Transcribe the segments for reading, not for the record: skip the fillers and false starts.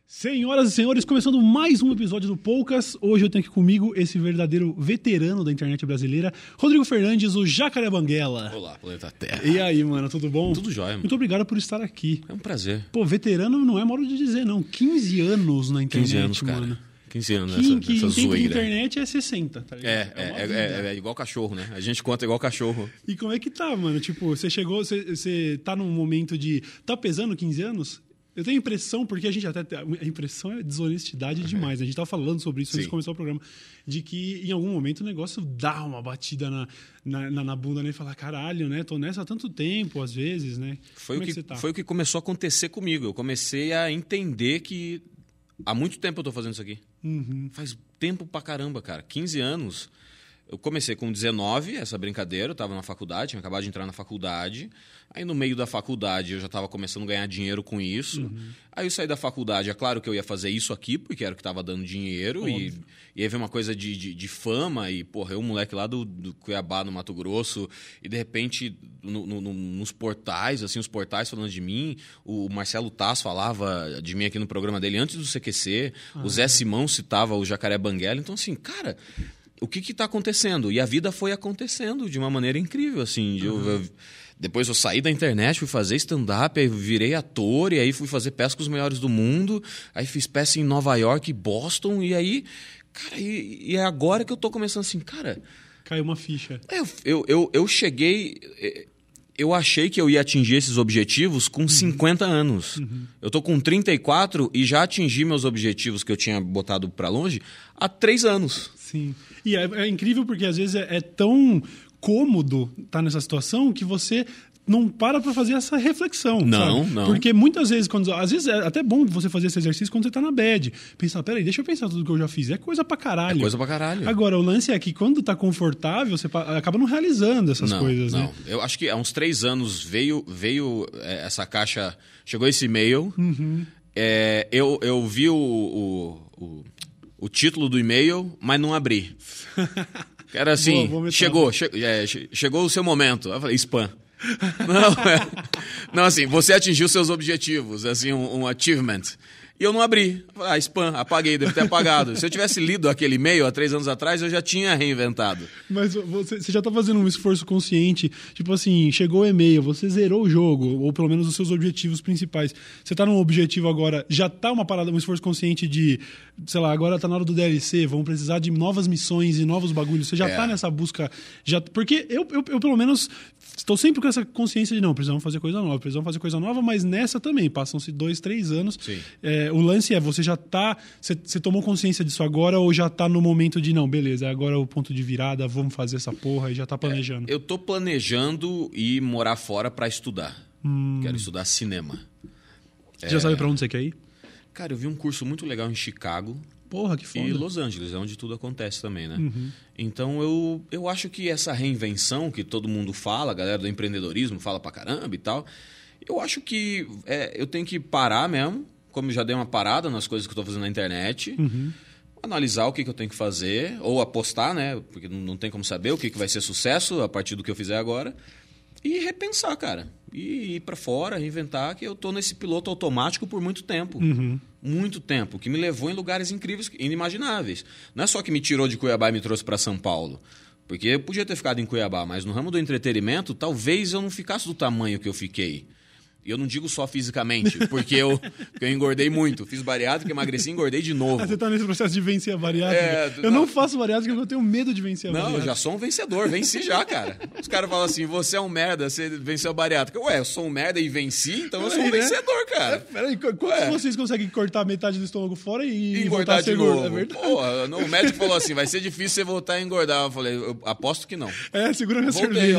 Senhoras e senhores, começando mais um episódio do Poucas. Hoje eu tenho aqui comigo esse verdadeiro veterano da internet brasileira, Rodrigo Fernandes, o Jacaré Banguela. Olá, Planeta Terra. E aí, mano, tudo bom? Tudo jóia, mano. Muito obrigado por estar aqui. É um prazer. Pô, veterano não é modo de dizer, não. 15 anos na internet, 15 anos, cara. mano. 15 anos Que nessa em tempo de zoeira. internet é 60, tá ligado? É igual cachorro, né? A gente conta igual cachorro. E como é que tá, mano? Tipo, você tá num momento de... Tá pesando 15 anos? Eu tenho a impressão, porque a gente até... A impressão é desonestidade demais. A gente tava falando sobre isso antes de começar o programa. De que, em algum momento, o negócio dá uma batida na bunda, né? E falar, caralho, né? Tô nessa há tanto tempo, às vezes, né? Foi o que começou a acontecer comigo. Eu comecei a entender que há muito tempo eu tô fazendo isso aqui. Uhum. Faz tempo pra caramba, cara. 15 anos. Eu comecei com 19, essa brincadeira. Eu tava na faculdade, tinha acabado de entrar na faculdade. Aí, no meio da faculdade, eu já estava começando a ganhar dinheiro com isso. Uhum. Aí, eu saí da faculdade. É claro que eu ia fazer isso aqui, porque era o que estava dando dinheiro. E aí veio uma coisa de fama. E, porra, eu, moleque lá do Cuiabá, no Mato Grosso. E, de repente, nos portais, assim, os portais falando de mim. O Marcelo Tass falava de mim aqui no programa dele antes do CQC. O Zé Simão citava o Jacaré Banguela. Então, assim, cara... O que está acontecendo? E a vida foi acontecendo de uma maneira incrível, assim. Depois eu saí da internet, fui fazer stand-up, aí virei ator, e aí fui fazer peça com os melhores do mundo, aí fiz peça em Nova York e Boston, e aí, cara, e é agora que eu tô começando assim, cara... Caiu uma ficha. Eu cheguei... Eu achei que eu ia atingir esses objetivos com 50 anos. Uhum. Eu tô com 34 e já atingi meus objetivos que eu tinha botado para longe há 3 anos. Sim. E é incrível porque às vezes é tão cômodo estar nessa situação que você não para fazer essa reflexão. Não, sabe? não. Porque muitas vezes, às vezes é até bom você fazer esse exercício quando você tá na bad. Pensar, peraí, deixa eu pensar tudo que eu já fiz. É coisa pra caralho. É coisa pra caralho. Agora, o lance é que quando tá confortável, você acaba não realizando essas coisas, né? Eu acho que há uns 3 anos veio essa caixa... Chegou esse e-mail. Uhum. Eu vi o título do e-mail, mas não abri. Era assim, chegou o seu momento. Eu falei, spam. Não, assim, você atingiu seus objetivos, assim, um achievement. E eu não abri. Spam, apaguei, deve ter apagado. Se eu tivesse lido aquele e-mail há 3 anos atrás, eu já tinha reinventado. Mas você já está fazendo um esforço consciente, tipo assim, chegou o e-mail, você zerou o jogo, ou pelo menos os seus objetivos principais. Você está num objetivo agora, já está uma parada, um esforço consciente de, sei lá, agora está na hora do DLC, vão precisar de novas missões e novos bagulhos. Você já está nessa busca, porque eu pelo menos estou sempre com essa consciência de não, precisamos fazer coisa nova, mas nessa também, passam-se 2, 3 anos. Sim. O lance é, você já tá... Você tomou consciência disso agora ou já tá no momento de, não, beleza, agora é o ponto de virada, vamos fazer essa porra e já tá planejando? Eu tô planejando ir morar fora pra estudar. Quero estudar cinema. Você já sabe pra onde você quer ir? Cara, eu vi um curso muito legal em Chicago. Porra, que foda. E Los Angeles, é onde tudo acontece também, né? Uhum. Então, eu acho que essa reinvenção que todo mundo fala, a galera do empreendedorismo fala pra caramba e tal, eu acho que eu tenho que parar mesmo, como já dei uma parada nas coisas que eu estou fazendo na internet, analisar o que eu tenho que fazer, ou apostar, né? Porque não tem como saber o que vai ser sucesso a partir do que eu fizer agora, e repensar, cara. E ir para fora, reinventar, que eu estou nesse piloto automático por muito tempo. Muito tempo, que me levou em lugares incríveis, inimagináveis. Não é só que me tirou de Cuiabá e me trouxe para São Paulo. Porque eu podia ter ficado em Cuiabá, mas no ramo do entretenimento, talvez eu não ficasse do tamanho que eu fiquei. E eu não digo só fisicamente, porque eu engordei muito. Fiz bariátrica, emagreci e engordei de novo. Você tá nesse processo de vencer a bariátrica? Eu não faço bariátrica porque eu tenho medo de vencer a bariátrica. Não, eu já sou um vencedor, venci já, cara. Os caras falam assim, você é um merda, você venceu a bariátrica. Ué, eu sou um merda e venci, então eu sou um vencedor, cara. Peraí, quantos vocês conseguem cortar metade do estômago fora e engordar de novo? É verdade. Porra, o médico falou assim, vai ser difícil você voltar a engordar. Eu falei, eu aposto que não. Segura minha cerveja.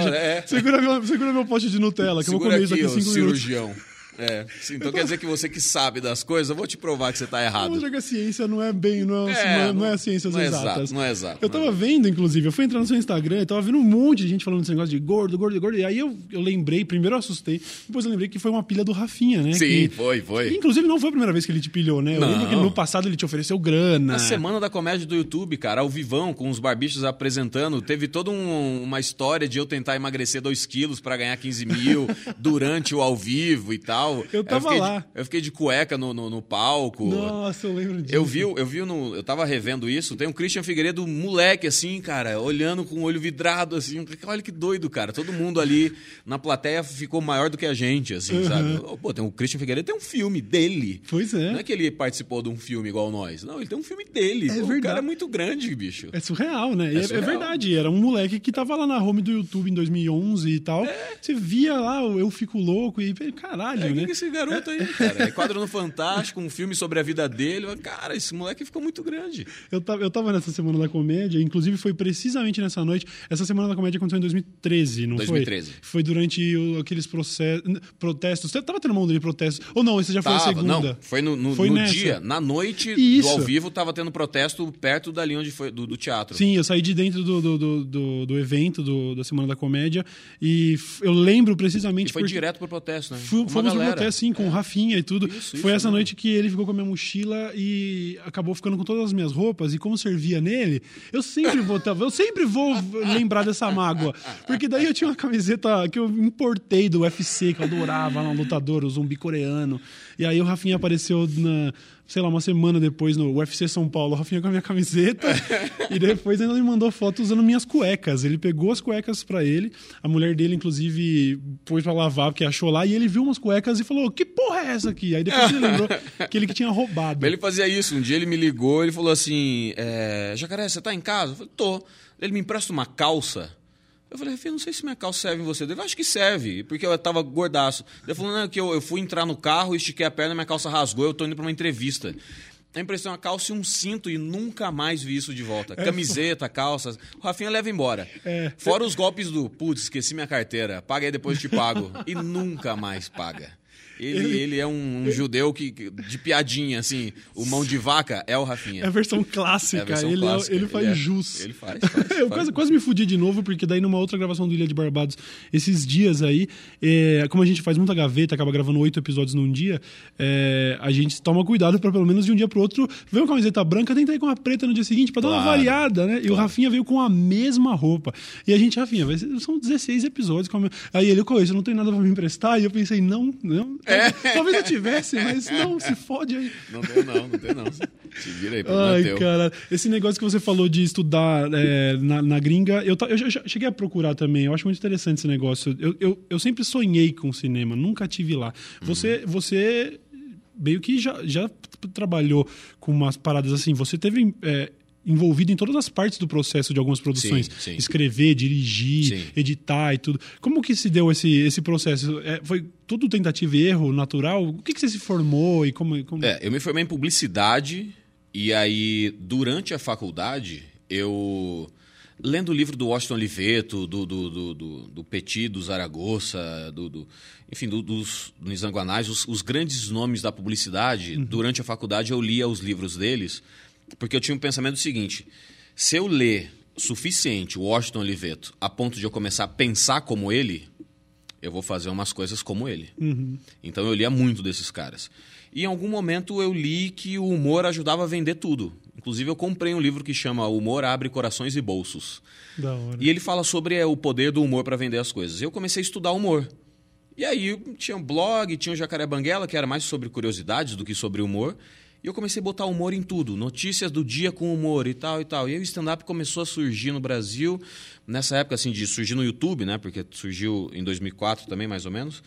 Segura meu pote de Nutella, que segura eu vou comer isso aqui em 5 minutos. Cirurgião. Então quer dizer que você que sabe das coisas, eu vou te provar que você está errado. Mas que a ciência não é bem, não é ciências exatas. Não é exato. Eu tava vendo, inclusive, eu fui entrar no seu Instagram, eu tava vendo um monte de gente falando desse negócio de gordo, e aí eu lembrei, primeiro eu assustei, depois eu lembrei que foi uma pilha do Rafinha, né? Sim, foi. Inclusive não foi a primeira vez que ele te pilhou, né? Eu lembro que no passado ele te ofereceu grana. Na semana da comédia do YouTube, cara, ao vivão, com os barbichos apresentando, teve toda uma história de eu tentar emagrecer 2 quilos para ganhar 15 mil durante o ao vivo e tal. real. Eu tava lá. Eu fiquei de cueca no palco. Nossa, eu lembro disso. Eu tava revendo isso, tem um Christian Figueiredo, moleque, assim, cara, olhando com o olho vidrado, assim. Olha que doido, cara. Todo mundo ali na plateia ficou maior do que a gente, assim, sabe? Pô, tem o Christian Figueiredo, tem um filme dele. Pois é. Não é que ele participou de um filme igual nós. Não, ele tem um filme dele. Pô, o cara é muito grande, bicho. É surreal, né? É verdade. Era um moleque que tava lá na home do YouTube em 2011 e tal. Você via lá o Eu Fico Louco e caralho, né? Que esse garoto aí, cara? É quadro no Fantástico, um filme sobre a vida dele. Cara, esse moleque ficou muito grande. Eu tava nessa Semana da Comédia, inclusive foi precisamente nessa noite. Essa Semana da Comédia aconteceu em 2013, não 2013. Foi durante aqueles protestos. Você tava tendo uma onda de protestos? Ou não, esse já foi a segunda? Não, foi no dia. Na noite do ao vivo tava tendo protesto perto dali onde foi, do teatro. Sim, eu saí de dentro do evento da Semana da Comédia e eu lembro precisamente... E foi direto pro protesto, né? Fomos pro protesto, sim, com o Rafinha e tudo. Foi essa noite que ele ficou com a minha mochila e acabou ficando com todas as minhas roupas. E como servia nele, eu sempre vou lembrar dessa mágoa. Porque daí eu tinha uma camiseta que eu importei do UFC, que eu adorava, um lutador, o zumbi coreano. E aí o Rafinha apareceu uma semana depois no UFC São Paulo, o Rafinha com a minha camiseta e depois ainda me mandou foto usando minhas cuecas. Ele pegou as cuecas pra ele, a mulher dele inclusive pôs pra lavar porque achou lá e ele viu umas cuecas e falou, que porra é essa aqui? Aí depois ele lembrou que ele que tinha roubado. Ele fazia isso, um dia ele me ligou, ele falou assim, Jacaré, você tá em casa? Eu falei, tô. Ele me empresta uma calça. Eu falei, Rafinha, não sei se minha calça serve em você. Ele, acho que serve, porque eu tava gordaço. Ele falou, não, que eu fui entrar no carro, estiquei a perna, minha calça rasgou, eu tô indo pra uma entrevista. Eu emprestei uma calça e um cinto e nunca mais vi isso de volta. Camiseta, calças. O Rafinha leva embora. Fora os golpes do, putz, esqueci minha carteira, paga aí depois te pago. E nunca mais paga. Ele é um judeu de piadinha, assim. O mão de vaca é o Rafinha. É a versão clássica. Ele faz jus. Ele faz. Eu quase me fudi de novo, porque daí numa outra gravação do Ilha de Barbados, esses dias aí, como a gente faz muita gaveta, acaba gravando 8 episódios num dia, a gente toma cuidado pra pelo menos de um dia pro outro ver uma camiseta branca, tenta ir com a preta no dia seguinte pra dar uma variada, né? E o Rafinha veio com a mesma roupa. E a gente, Rafinha, são 16 episódios. Aí ele, isso não tem nada pra me emprestar. E eu pensei, não. Talvez eu tivesse, mas não, se fode aí. Não tem não. Se vira aí, problema teu. Cara, esse negócio que você falou de estudar na gringa, eu já cheguei a procurar também, eu acho muito interessante esse negócio. Eu sempre sonhei com cinema, nunca tive lá. Você meio que já trabalhou com umas paradas assim, você teve... envolvido em todas as partes do processo de algumas produções. Sim. Escrever, dirigir, editar e tudo. Como que se deu esse processo? Foi tudo tentativa e erro natural? O que você se formou e como... Eu me formei em publicidade e aí, durante a faculdade, eu... Lendo o livro do Washington Oliveto, do Petit, do Zaragoza, enfim, dos Nizanguanais, os grandes nomes da publicidade, durante a faculdade eu lia os livros deles. Porque eu tinha um pensamento seguinte, se eu ler suficiente o Washington Oliveto a ponto de eu começar a pensar como ele, eu vou fazer umas coisas como ele. Então eu lia muito desses caras. E em algum momento eu li que o humor ajudava a vender tudo. Inclusive eu comprei um livro que chama Humor Abre Corações e Bolsos. Da hora. E ele fala sobre o poder do humor para vender as coisas. Eu comecei a estudar humor. E aí tinha um blog, tinha o Jacaré Banguela, que era mais sobre curiosidades do que sobre humor. E eu comecei a botar humor em tudo, notícias do dia com humor e tal e tal. E aí o stand-up começou a surgir no Brasil, nessa época assim, de surgir no YouTube, né? Porque surgiu em 2004 também, mais ou menos.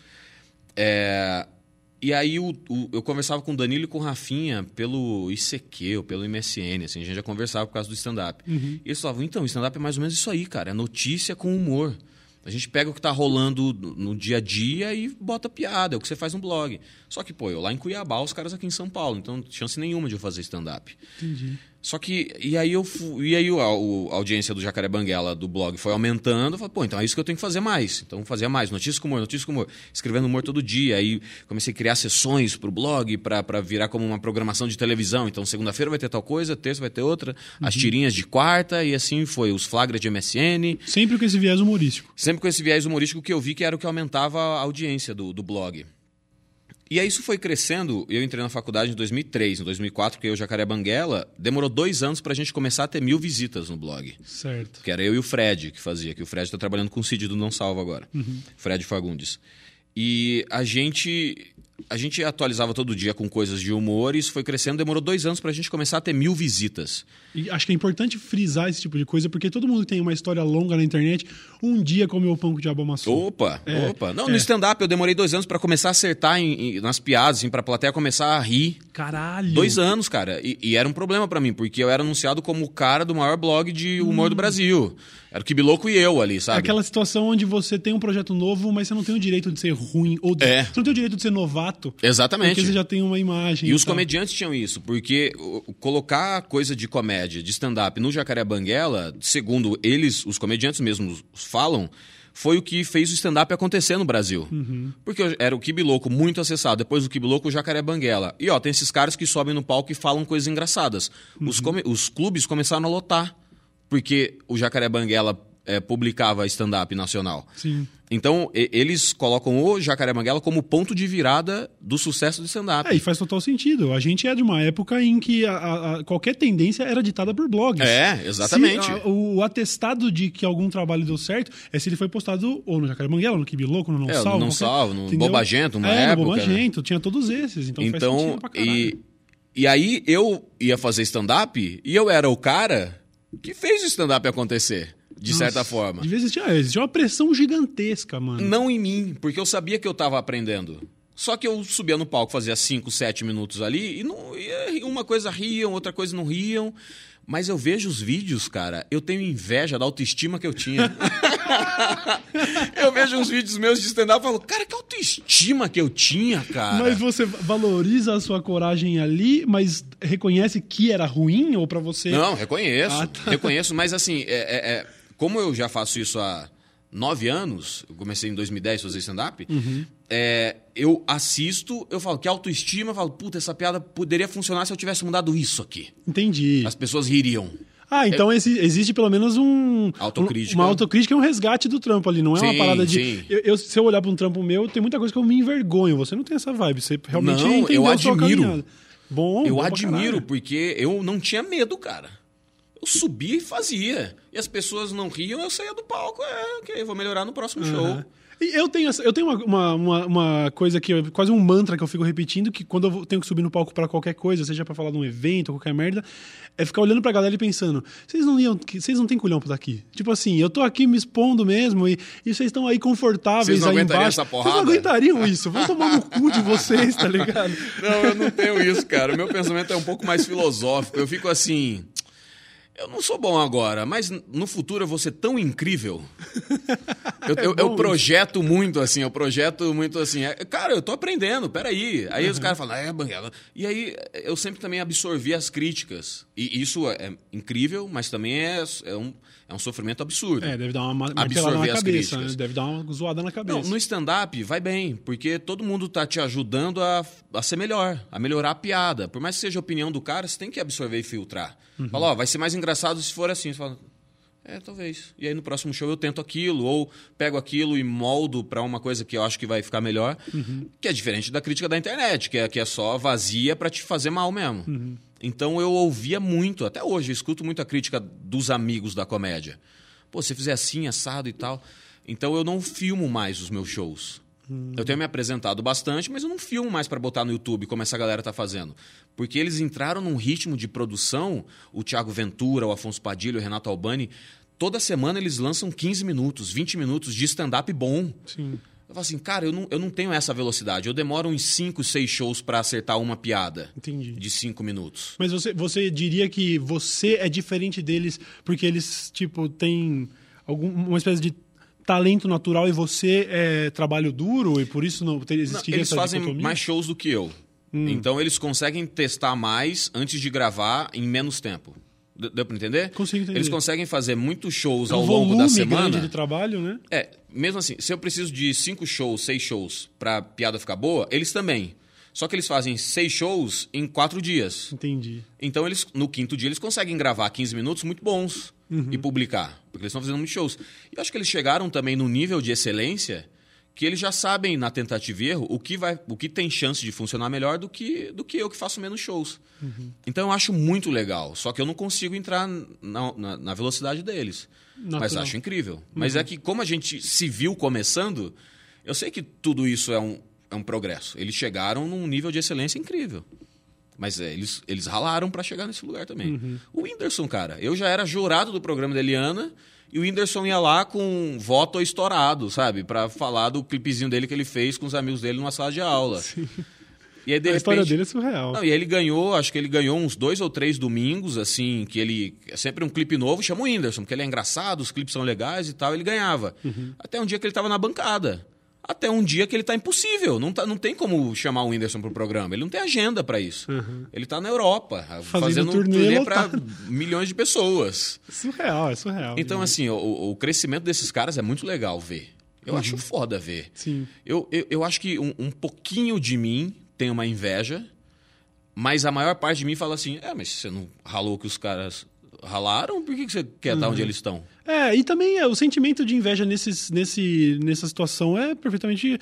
E aí eu conversava com o Danilo e com o Rafinha pelo ICQ ou pelo MSN, assim, a gente já conversava por causa do stand-up. E eles falavam, então, o stand-up é mais ou menos isso aí, cara, é notícia com humor. A gente pega o que está rolando no dia a dia e bota piada, é o que você faz no blog. Só que, eu lá em Cuiabá, os caras aqui em São Paulo, então não tinha chance nenhuma de eu fazer stand-up. Entendi. Só que, e aí a audiência do Jacaré Banguela, do blog, foi aumentando. Eu falei, então é isso que eu tenho que fazer mais. Então fazia mais, notícias com humor. Escrevendo humor todo dia. Aí comecei a criar sessões pro blog para virar como uma programação de televisão. Então segunda-feira vai ter tal coisa, terça vai ter outra. As tirinhas de quarta e assim foi. Os flagras de MSN. Sempre com esse viés humorístico. Sempre com esse viés humorístico que eu vi que era o que aumentava a audiência do blog. E aí isso foi crescendo, eu entrei na faculdade em 2003, em 2004, porque o Jacaré Banguela demorou 2 anos pra gente começar a ter 1000 visitas no blog. Certo. Que era eu e o Fred que fazia, que o Fred tá trabalhando com o Cid do Não Salvo agora. Fred Fagundes. E a gente a gente atualizava todo dia com coisas de humor e isso foi crescendo. Demorou 2 anos pra gente começar a ter 1000 visitas. E acho que é importante frisar esse tipo de coisa, porque todo mundo tem uma história longa na internet. Um dia comeu o pão que o diabo amassou. Opa. Não, no stand-up eu demorei 2 anos pra começar a acertar nas piadas, assim, pra plateia começar a rir. Caralho! 2 anos, cara. E era um problema pra mim, porque eu era anunciado como o cara do maior blog de humor do Brasil. Era o Kibiloco e eu ali, sabe? É aquela situação onde você tem um projeto novo, mas você não tem o direito de ser ruim. Ou você não tem o direito de ser novato. Exatamente. Porque você já tem uma imagem. E os comediantes tinham isso, porque colocar coisa de comédia, de stand-up no Jacaré Banguela, segundo eles, os comediantes mesmos falam, foi o que fez o stand-up acontecer no Brasil. Porque era o Kibiloco muito acessado, depois do Kibiloco o Jacaré Banguela. E tem esses caras que sobem no palco e falam coisas engraçadas. Os clubes começaram a lotar, porque o Jacaré Banguela publicava stand-up nacional. Sim. Então, eles colocam o Jacaré Banguela como ponto de virada do sucesso do stand-up. E faz total sentido. A gente é de uma época em que qualquer tendência era ditada por blogs. Exatamente. O atestado de que algum trabalho deu certo é se ele foi postado ou no Jacaré Banguela, no Kibiloco, no Não Salvo. No Não Salvo, no Bobagento, uma época. No Bobagento, tinha todos esses. Então faz sentido pra caralho. E aí eu ia fazer stand-up e eu era o cara que fez o stand-up acontecer. De certa forma. Existia uma pressão gigantesca, mano. Não em mim, porque eu sabia que eu tava aprendendo. Só que eu subia no palco, fazia 5, 7 minutos ali, e não, uma coisa riam, outra coisa não riam. Mas eu vejo os vídeos, cara, eu tenho inveja da autoestima que eu tinha. Eu vejo uns vídeos meus de stand-up e falo, cara, que autoestima que eu tinha, cara. Mas você valoriza a sua coragem ali, mas reconhece que era ruim ou pra você... Não, reconheço. Reconheço, mas assim, como eu já faço isso há 9 anos, eu comecei em 2010 a fazer stand-up, eu assisto, eu falo, que autoestima, eu falo, puta, essa piada poderia funcionar se eu tivesse mudado isso aqui. Entendi. As pessoas ririam. Então existe pelo menos uma autocrítica e um resgate do trampo ali, não é uma parada de... Se eu olhar pra um trampo meu, tem muita coisa que eu me envergonho. Você não tem essa vibe, você realmente entendeu a sua caminhada. Eu admiro, porque eu não tinha medo, cara. Eu subia e fazia. E as pessoas não riam, eu saía do palco. Ok, vou melhorar no próximo show. E eu tenho uma coisa que quase um mantra que eu fico repetindo, que quando eu tenho que subir no palco pra qualquer coisa, seja pra falar de um evento ou qualquer merda, é ficar olhando pra galera e pensando, vocês não têm culhão pra daqui. Tipo assim, eu tô aqui me expondo mesmo e vocês estão aí confortáveis aí embaixo. Essa porrada? Vocês não aguentariam isso. Vão tomar no cu de vocês, tá ligado? Não, eu não tenho isso, cara. O meu pensamento é um pouco mais filosófico. Eu fico assim... Eu não sou bom agora, mas no futuro eu vou ser tão incrível. Eu projeto muito assim, cara, eu tô aprendendo, peraí. Aí os caras falam, Banguela. E aí eu sempre também absorvi as críticas. E isso é incrível, mas também é um sofrimento absurdo. Deve dar uma martelada na cabeça, né? Deve dar uma zoada na cabeça. Não, no stand-up vai bem, porque todo mundo tá te ajudando a ser melhor, a melhorar a piada. Por mais que seja a opinião do cara, você tem que absorver e filtrar. Fala, vai ser mais engraçado se for assim. Você fala, talvez. E aí no próximo show eu tento aquilo, ou pego aquilo e moldo pra uma coisa que eu acho que vai ficar melhor, que é diferente da crítica da internet, que é só vazia pra te fazer mal mesmo. Então eu ouvia muito, até hoje, eu escuto muito a crítica dos amigos da comédia. Pô, se fizer assim, assado e tal. Então eu não filmo mais os meus shows. Eu tenho me apresentado bastante, mas eu não filmo mais para botar no YouTube, como essa galera tá fazendo. Porque eles entraram num ritmo de produção, o Thiago Ventura, o Afonso Padilha, o Renato Albani, toda semana eles lançam 15 minutos, 20 minutos de stand-up bom. Sim. Eu falo assim, cara, eu não tenho essa velocidade. Eu demoro uns 5, 6 shows para acertar uma piada. Entendi. De 5 minutos. Mas você diria que você é diferente deles porque eles, tipo, têm uma espécie de talento natural e você é trabalho duro e por isso não existiria essa dicotomia? Eles fazem mais shows do que eu. Então eles conseguem testar mais antes de gravar em menos tempo. Deu pra entender? Consigo entender. Eles conseguem fazer muitos shows ao longo da semana. Volume grande de trabalho, né? Mesmo assim, se eu preciso de 5 shows, 6 shows pra piada ficar boa, eles também. Só que eles fazem 6 shows em 4 dias. Entendi. Então, no 5º dia, eles conseguem gravar 15 minutos muito bons e publicar. Porque eles estão fazendo muitos shows. E eu acho que eles chegaram também no nível de excelência que eles já sabem, na tentativa e erro, o que tem chance de funcionar melhor do que eu que faço menos shows. Então, eu acho muito legal. Só que eu não consigo entrar na velocidade deles. Natural. Mas acho incrível. Mas é que, como a gente se viu começando, eu sei que tudo isso é um progresso. Eles chegaram num nível de excelência incrível. Mas eles ralaram para chegar nesse lugar também. O Whindersson, cara, eu já era jurado do programa da Eliana e o Whindersson ia lá com voto estourado, sabe? Para falar do clipezinho dele que ele fez com os amigos dele numa sala de aula. Sim. E aí, de A repente, história dele é surreal. Não, e aí ele ganhou, acho que ele ganhou uns 2 ou 3 domingos, assim, que ele... É sempre um clipe novo, chama o Whindersson, porque ele é engraçado, os clipes são legais e tal, ele ganhava. Até um dia que ele tava na bancada. Até um dia que ele tá impossível. Não tem como chamar o Whindersson pro programa. Ele não tem agenda para isso. Ele tá na Europa, fazendo turnê para milhões de pessoas. É surreal. Então, assim, o crescimento desses caras é muito legal ver. Eu acho foda ver. Sim. Eu acho que um pouquinho de mim tem uma inveja, mas a maior parte de mim fala assim, mas você não ralou que os caras ralaram, por que você quer estar onde eles estão? E também o sentimento de inveja nessa situação é perfeitamente,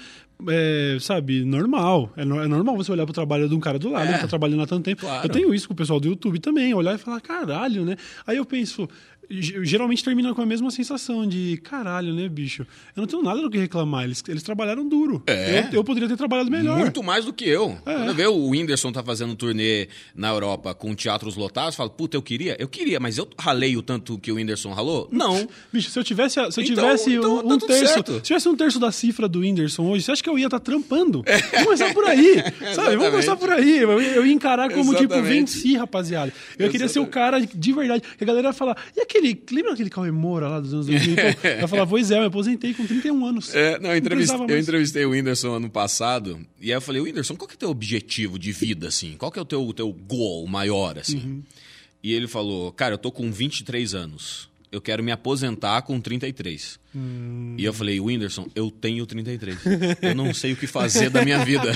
sabe, normal. É normal você olhar pro trabalho de um cara do lado que tá trabalhando há tanto tempo. Claro. Eu tenho isso com o pessoal do YouTube também, olhar e falar, caralho, né? Aí eu penso... Geralmente termina com a mesma sensação de caralho, né, bicho? Eu não tenho nada do que reclamar. Eles trabalharam duro. Eu poderia ter trabalhado melhor. Muito mais do que eu. Quando eu vejo o Whindersson tá fazendo turnê na Europa com teatros lotados, eu falo, puta, eu queria, mas eu ralei o tanto que o Whindersson ralou? Não. Bicho, se eu tivesse um terço. Se tivesse um terço da cifra do Whindersson hoje, você acha que eu ia estar trampando? Vamos começar por aí. Sabe? Vamos começar por aí. Eu ia encarar como, tipo, venci, rapaziada. Eu queria ser o cara de verdade. Que a galera ia falar, lembra aquele Cauê Moura lá dos anos 2000? Eu falava, pois eu me aposentei com 31 anos. Eu entrevistei o Whindersson ano passado, e aí eu falei, Whindersson, qual que é o teu objetivo de vida, assim? Qual que é o teu goal maior, assim? E ele falou, cara, eu tô com 23 anos. Eu quero me aposentar com 33. E eu falei, Whindersson, eu tenho 33. Eu não sei o que fazer da minha vida.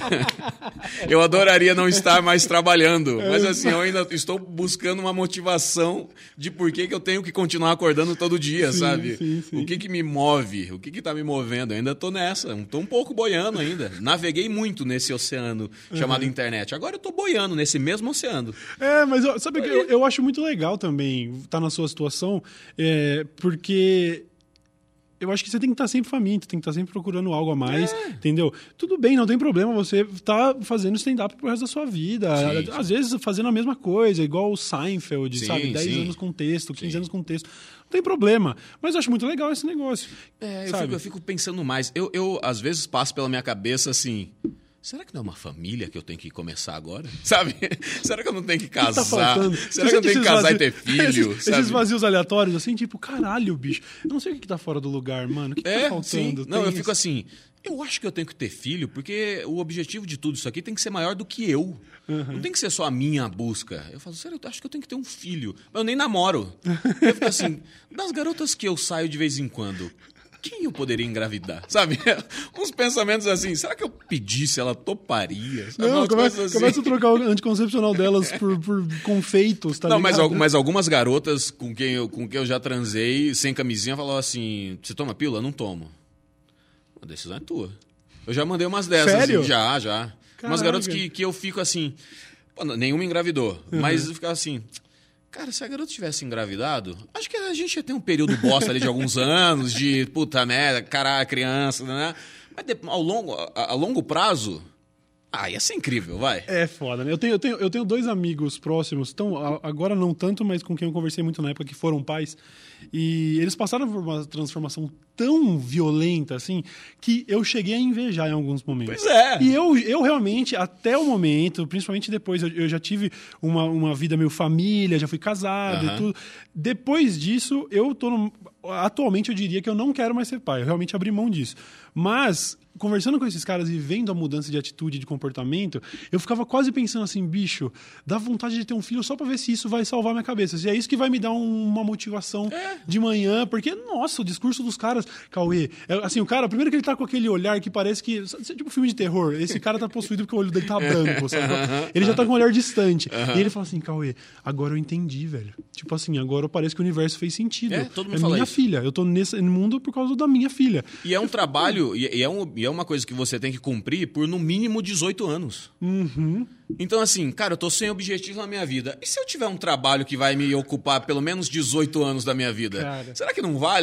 Eu adoraria não estar mais trabalhando. Mas assim, eu ainda estou buscando uma motivação de por que eu tenho que continuar acordando todo dia, sabe? Sim. O que me move? O que tá me movendo? Eu ainda tô nessa. Tô um pouco boiando ainda. Naveguei muito nesse oceano chamado internet. Agora eu tô boiando nesse mesmo oceano. Mas sabe que eu acho muito legal também estar na sua situação, porque... Eu acho que você tem que estar sempre faminto, tem que estar sempre procurando algo a mais, entendeu? Tudo bem, não tem problema você tá fazendo stand-up pro resto da sua vida. Sim. Às vezes fazendo a mesma coisa, igual o Seinfeld, sabe? 10 anos com texto, 15 anos com texto. Não tem problema. Mas eu acho muito legal esse negócio. Eu fico pensando mais. Eu, às vezes, passo pela minha cabeça assim... Será que não é uma família que eu tenho que começar agora? Sabe? Será que eu não tenho que casar? Será que eu tenho que casar e ter filho? Esses vazios aleatórios, assim, tipo, caralho, bicho. Eu não sei o que tá fora do lugar, mano. O que tá faltando? Sim. Não, eu fico assim... Eu acho que eu tenho que ter filho, porque o objetivo de tudo isso aqui tem que ser maior do que eu. Não tem que ser só a minha busca. Eu falo, sério, eu acho que eu tenho que ter um filho. Mas eu nem namoro. Eu fico assim, das garotas que eu saio de vez em quando... Quem eu poderia engravidar? Sabe? Uns pensamentos assim, será que eu pedisse, ela toparia? Sabe? Não, começa a trocar o anticoncepcional delas por confeitos, tá ligado? Não, mas algumas garotas com quem eu já transei, sem camisinha, falavam assim, você toma pílula? Não tomo. A decisão é tua. Eu já mandei umas dessas. Sério? Assim, já. Caraca. Umas garotas que eu fico assim, pô, nenhuma engravidou, mas eu ficava assim... Cara, se a garota tivesse engravidado, acho que a gente ia ter um período bosta ali de alguns anos, de puta merda, caralho, criança, né? Mas a longo prazo, ia ser incrível, vai. É foda, né? Eu tenho 2 amigos próximos, agora não tanto, mas com quem eu conversei muito na época, que foram pais. E eles passaram por uma transformação tão violenta, assim, que eu cheguei a invejar em alguns momentos. Pois é. E eu realmente, até o momento, principalmente depois, eu já tive uma vida meio família, já fui casado e tudo. Depois disso, atualmente eu diria que eu não quero mais ser pai. Eu realmente abri mão disso. Mas... Conversando com esses caras e vendo a mudança de atitude e de comportamento, eu ficava quase pensando assim, bicho, dá vontade de ter um filho só pra ver se isso vai salvar minha cabeça. Se é isso que vai me dar uma motivação de manhã, porque, nossa, o discurso dos caras, Cauê, assim, o cara, primeiro que ele tá com aquele olhar que parece que, tipo filme de terror, esse cara tá possuído porque o olho dele tá branco, sabe? Ele já tá com um olhar distante. E ele fala assim, Cauê, agora eu entendi, velho. Tipo assim, agora parece que o universo fez sentido. Todo mundo fala minha isso. Filha, eu tô nesse mundo por causa da minha filha. E é um trabalho, e é uma coisa que você tem que cumprir por no mínimo 18 anos. Então, assim, cara, eu tô sem objetivo na minha vida. E se eu tiver um trabalho que vai me ocupar pelo menos 18 anos da minha vida? Cara. Será que não vale?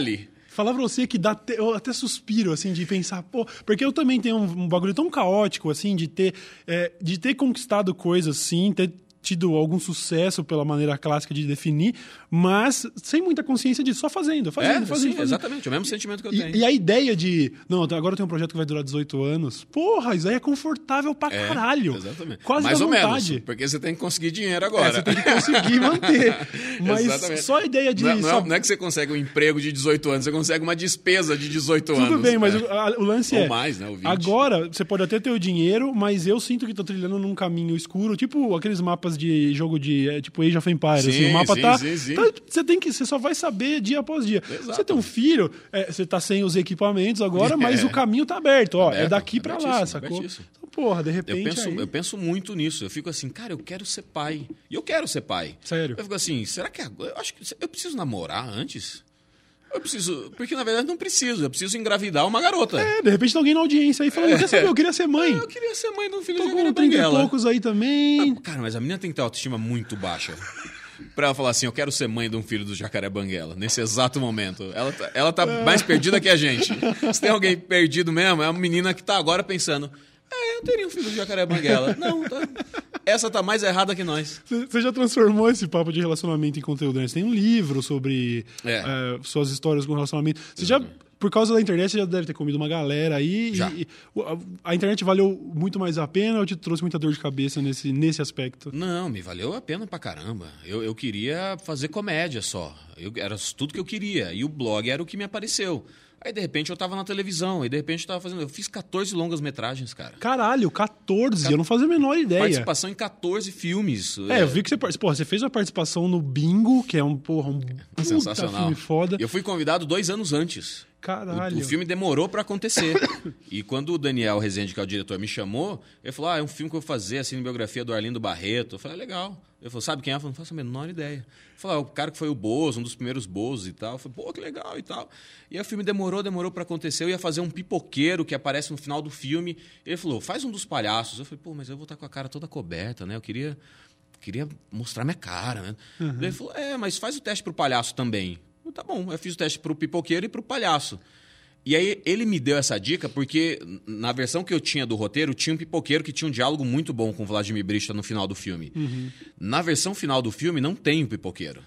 Falar pra você que eu até suspiro, assim, de pensar, pô, porque eu também tenho um bagulho tão caótico, assim, de ter conquistado coisas, sim, ter tido algum sucesso pela maneira clássica de definir, mas sem muita consciência disso, só fazendo. Sim, exatamente, o mesmo sentimento que eu tenho. E a ideia de, não, agora eu tenho um projeto que vai durar 18 anos, porra, isso aí é confortável pra caralho. Exatamente. Quase mais dá ou vontade. menos, porque você tem que conseguir dinheiro agora. Você tem que conseguir manter. Mas Exatamente. só a ideia de... Não é que você consegue um emprego de 18 anos, você consegue uma despesa de 18 anos. Tudo bem, mas o lance Ou mais, né? O 20. Agora, você pode até ter o dinheiro, mas eu sinto que tô trilhando num caminho escuro, tipo aqueles mapas de jogo tipo Age of Empires. Sim, assim, o mapa sim. Você só vai saber dia após dia. Exato. Você tem um filho, você tá sem os equipamentos agora, mas o caminho tá aberto. Ó, é daqui pra lá, sacou? Então, porra, de repente... Eu penso muito nisso. Eu fico assim, cara, eu quero ser pai. E eu quero ser pai. Sério? Eu fico assim, será que agora... Eu acho que eu preciso namorar antes? Eu preciso... Porque, na verdade, não preciso. Eu preciso engravidar uma garota. De repente tem alguém na audiência aí falando, quer saber, eu queria ser mãe. Eu queria ser mãe de um filho Tô de com Jacaré 30 e Banguela. poucos aí também. Cara, mas a menina tem que ter autoestima muito baixa. Pra ela falar assim, eu quero ser mãe de um filho do Jacaré Banguela. Nesse exato momento. Ela tá mais perdida que a gente. Se tem alguém perdido mesmo, é uma menina que tá agora pensando... eu teria um filho do Jacaré Banguela. Não, essa tá mais errada que nós. Você já transformou esse papo de relacionamento em conteúdo, né? Você tem um livro sobre suas histórias com relacionamento. Você já, por causa da internet, você já deve ter comido uma galera aí. Já. A internet valeu muito mais a pena ou te trouxe muita dor de cabeça nesse aspecto? Não, me valeu a pena pra caramba. Eu queria fazer comédia só. Era tudo que eu queria. E o blog era o que me apareceu. Aí, de repente, eu tava na televisão. Aí, de repente, eu tava fazendo... Eu fiz 14 longas-metragens, cara. Caralho, 14? Eu não fazia a menor ideia. Participação em 14 filmes. Eu vi que você fez uma participação no Bingo, que é um puta sensacional. Filme foda. Eu fui convidado 2 anos antes. Caralho. O filme demorou pra acontecer. E quando o Daniel Rezende, que é o diretor, me chamou, ele falou, é um filme que eu vou fazer, assim, biografia do Arlindo Barreto. Eu falei, legal. Ele falou, sabe quem é? Eu falei, não faço a menor ideia. Ele falou, o cara que foi o Bozo, um dos primeiros Bozos e tal. Eu falei, pô, que legal e tal. E aí o filme demorou pra acontecer. Eu ia fazer um pipoqueiro que aparece no final do filme. Ele falou, faz um dos palhaços. Eu falei, pô, mas eu vou estar com a cara toda coberta, né? Eu queria mostrar minha cara, né? Uhum. Ele falou, mas faz o teste pro palhaço também. Tá bom, eu fiz o teste pro pipoqueiro e pro palhaço. E aí ele me deu essa dica porque na versão que eu tinha do roteiro, tinha um pipoqueiro que tinha um diálogo muito bom com o Vladimir Brista no final do filme. Uhum. Na versão final do filme não tem o pipoqueiro.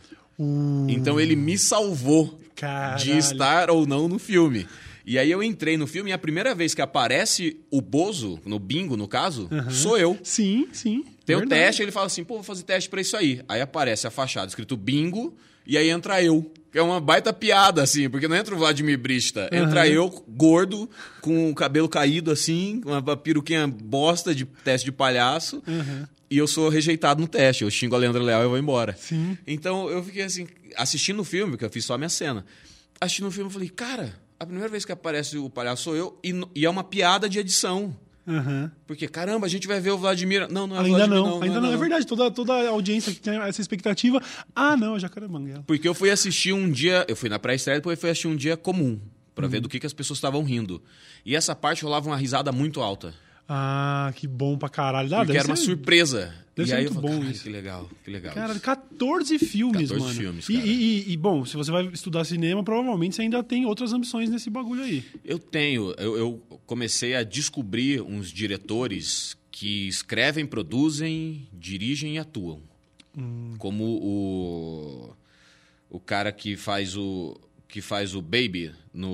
Então ele me salvou de estar ou não no filme. E aí eu entrei no filme e a primeira vez que aparece o Bozo, no Bingo, no caso, sou eu. Sim. Tem o teste, ele fala assim, pô, vou fazer teste pra isso aí. Aí aparece a fachada escrito Bingo e aí entra eu. Que é uma baita piada, assim, porque não entra o Vladimir Brista. Entra eu, gordo, com o cabelo caído, assim, uma peruquinha bosta de teste de palhaço. E eu sou rejeitado no teste. Eu xingo a Leandra Leal e eu vou embora. Sim. Então eu fiquei assim, assistindo o filme, porque eu fiz só a minha cena. Assistindo o filme, eu falei, cara, a primeira vez que aparece o palhaço sou eu, e é uma piada de edição. Porque, caramba, a gente vai ver o Vladimir... Não é o Vladimir, não. Ainda não. É verdade, toda a audiência que tem essa expectativa... não, Jacaré Banguela. Porque eu fui assistir um dia... Eu fui na pré-estreia, depois fui assistir um dia comum, pra ver do que as pessoas estavam rindo. E essa parte rolava uma risada muito alta. Que bom pra caralho. Porque era uma surpresa. Deve ser muito bom isso. Que legal. Cara, 14 filmes, 14 mano. filmes, cara. E, bom, se você vai estudar cinema, provavelmente você ainda tem outras ambições nesse bagulho aí. Eu tenho. Eu comecei a descobrir uns diretores que escrevem, produzem, dirigem e atuam. Como o cara que faz o Baby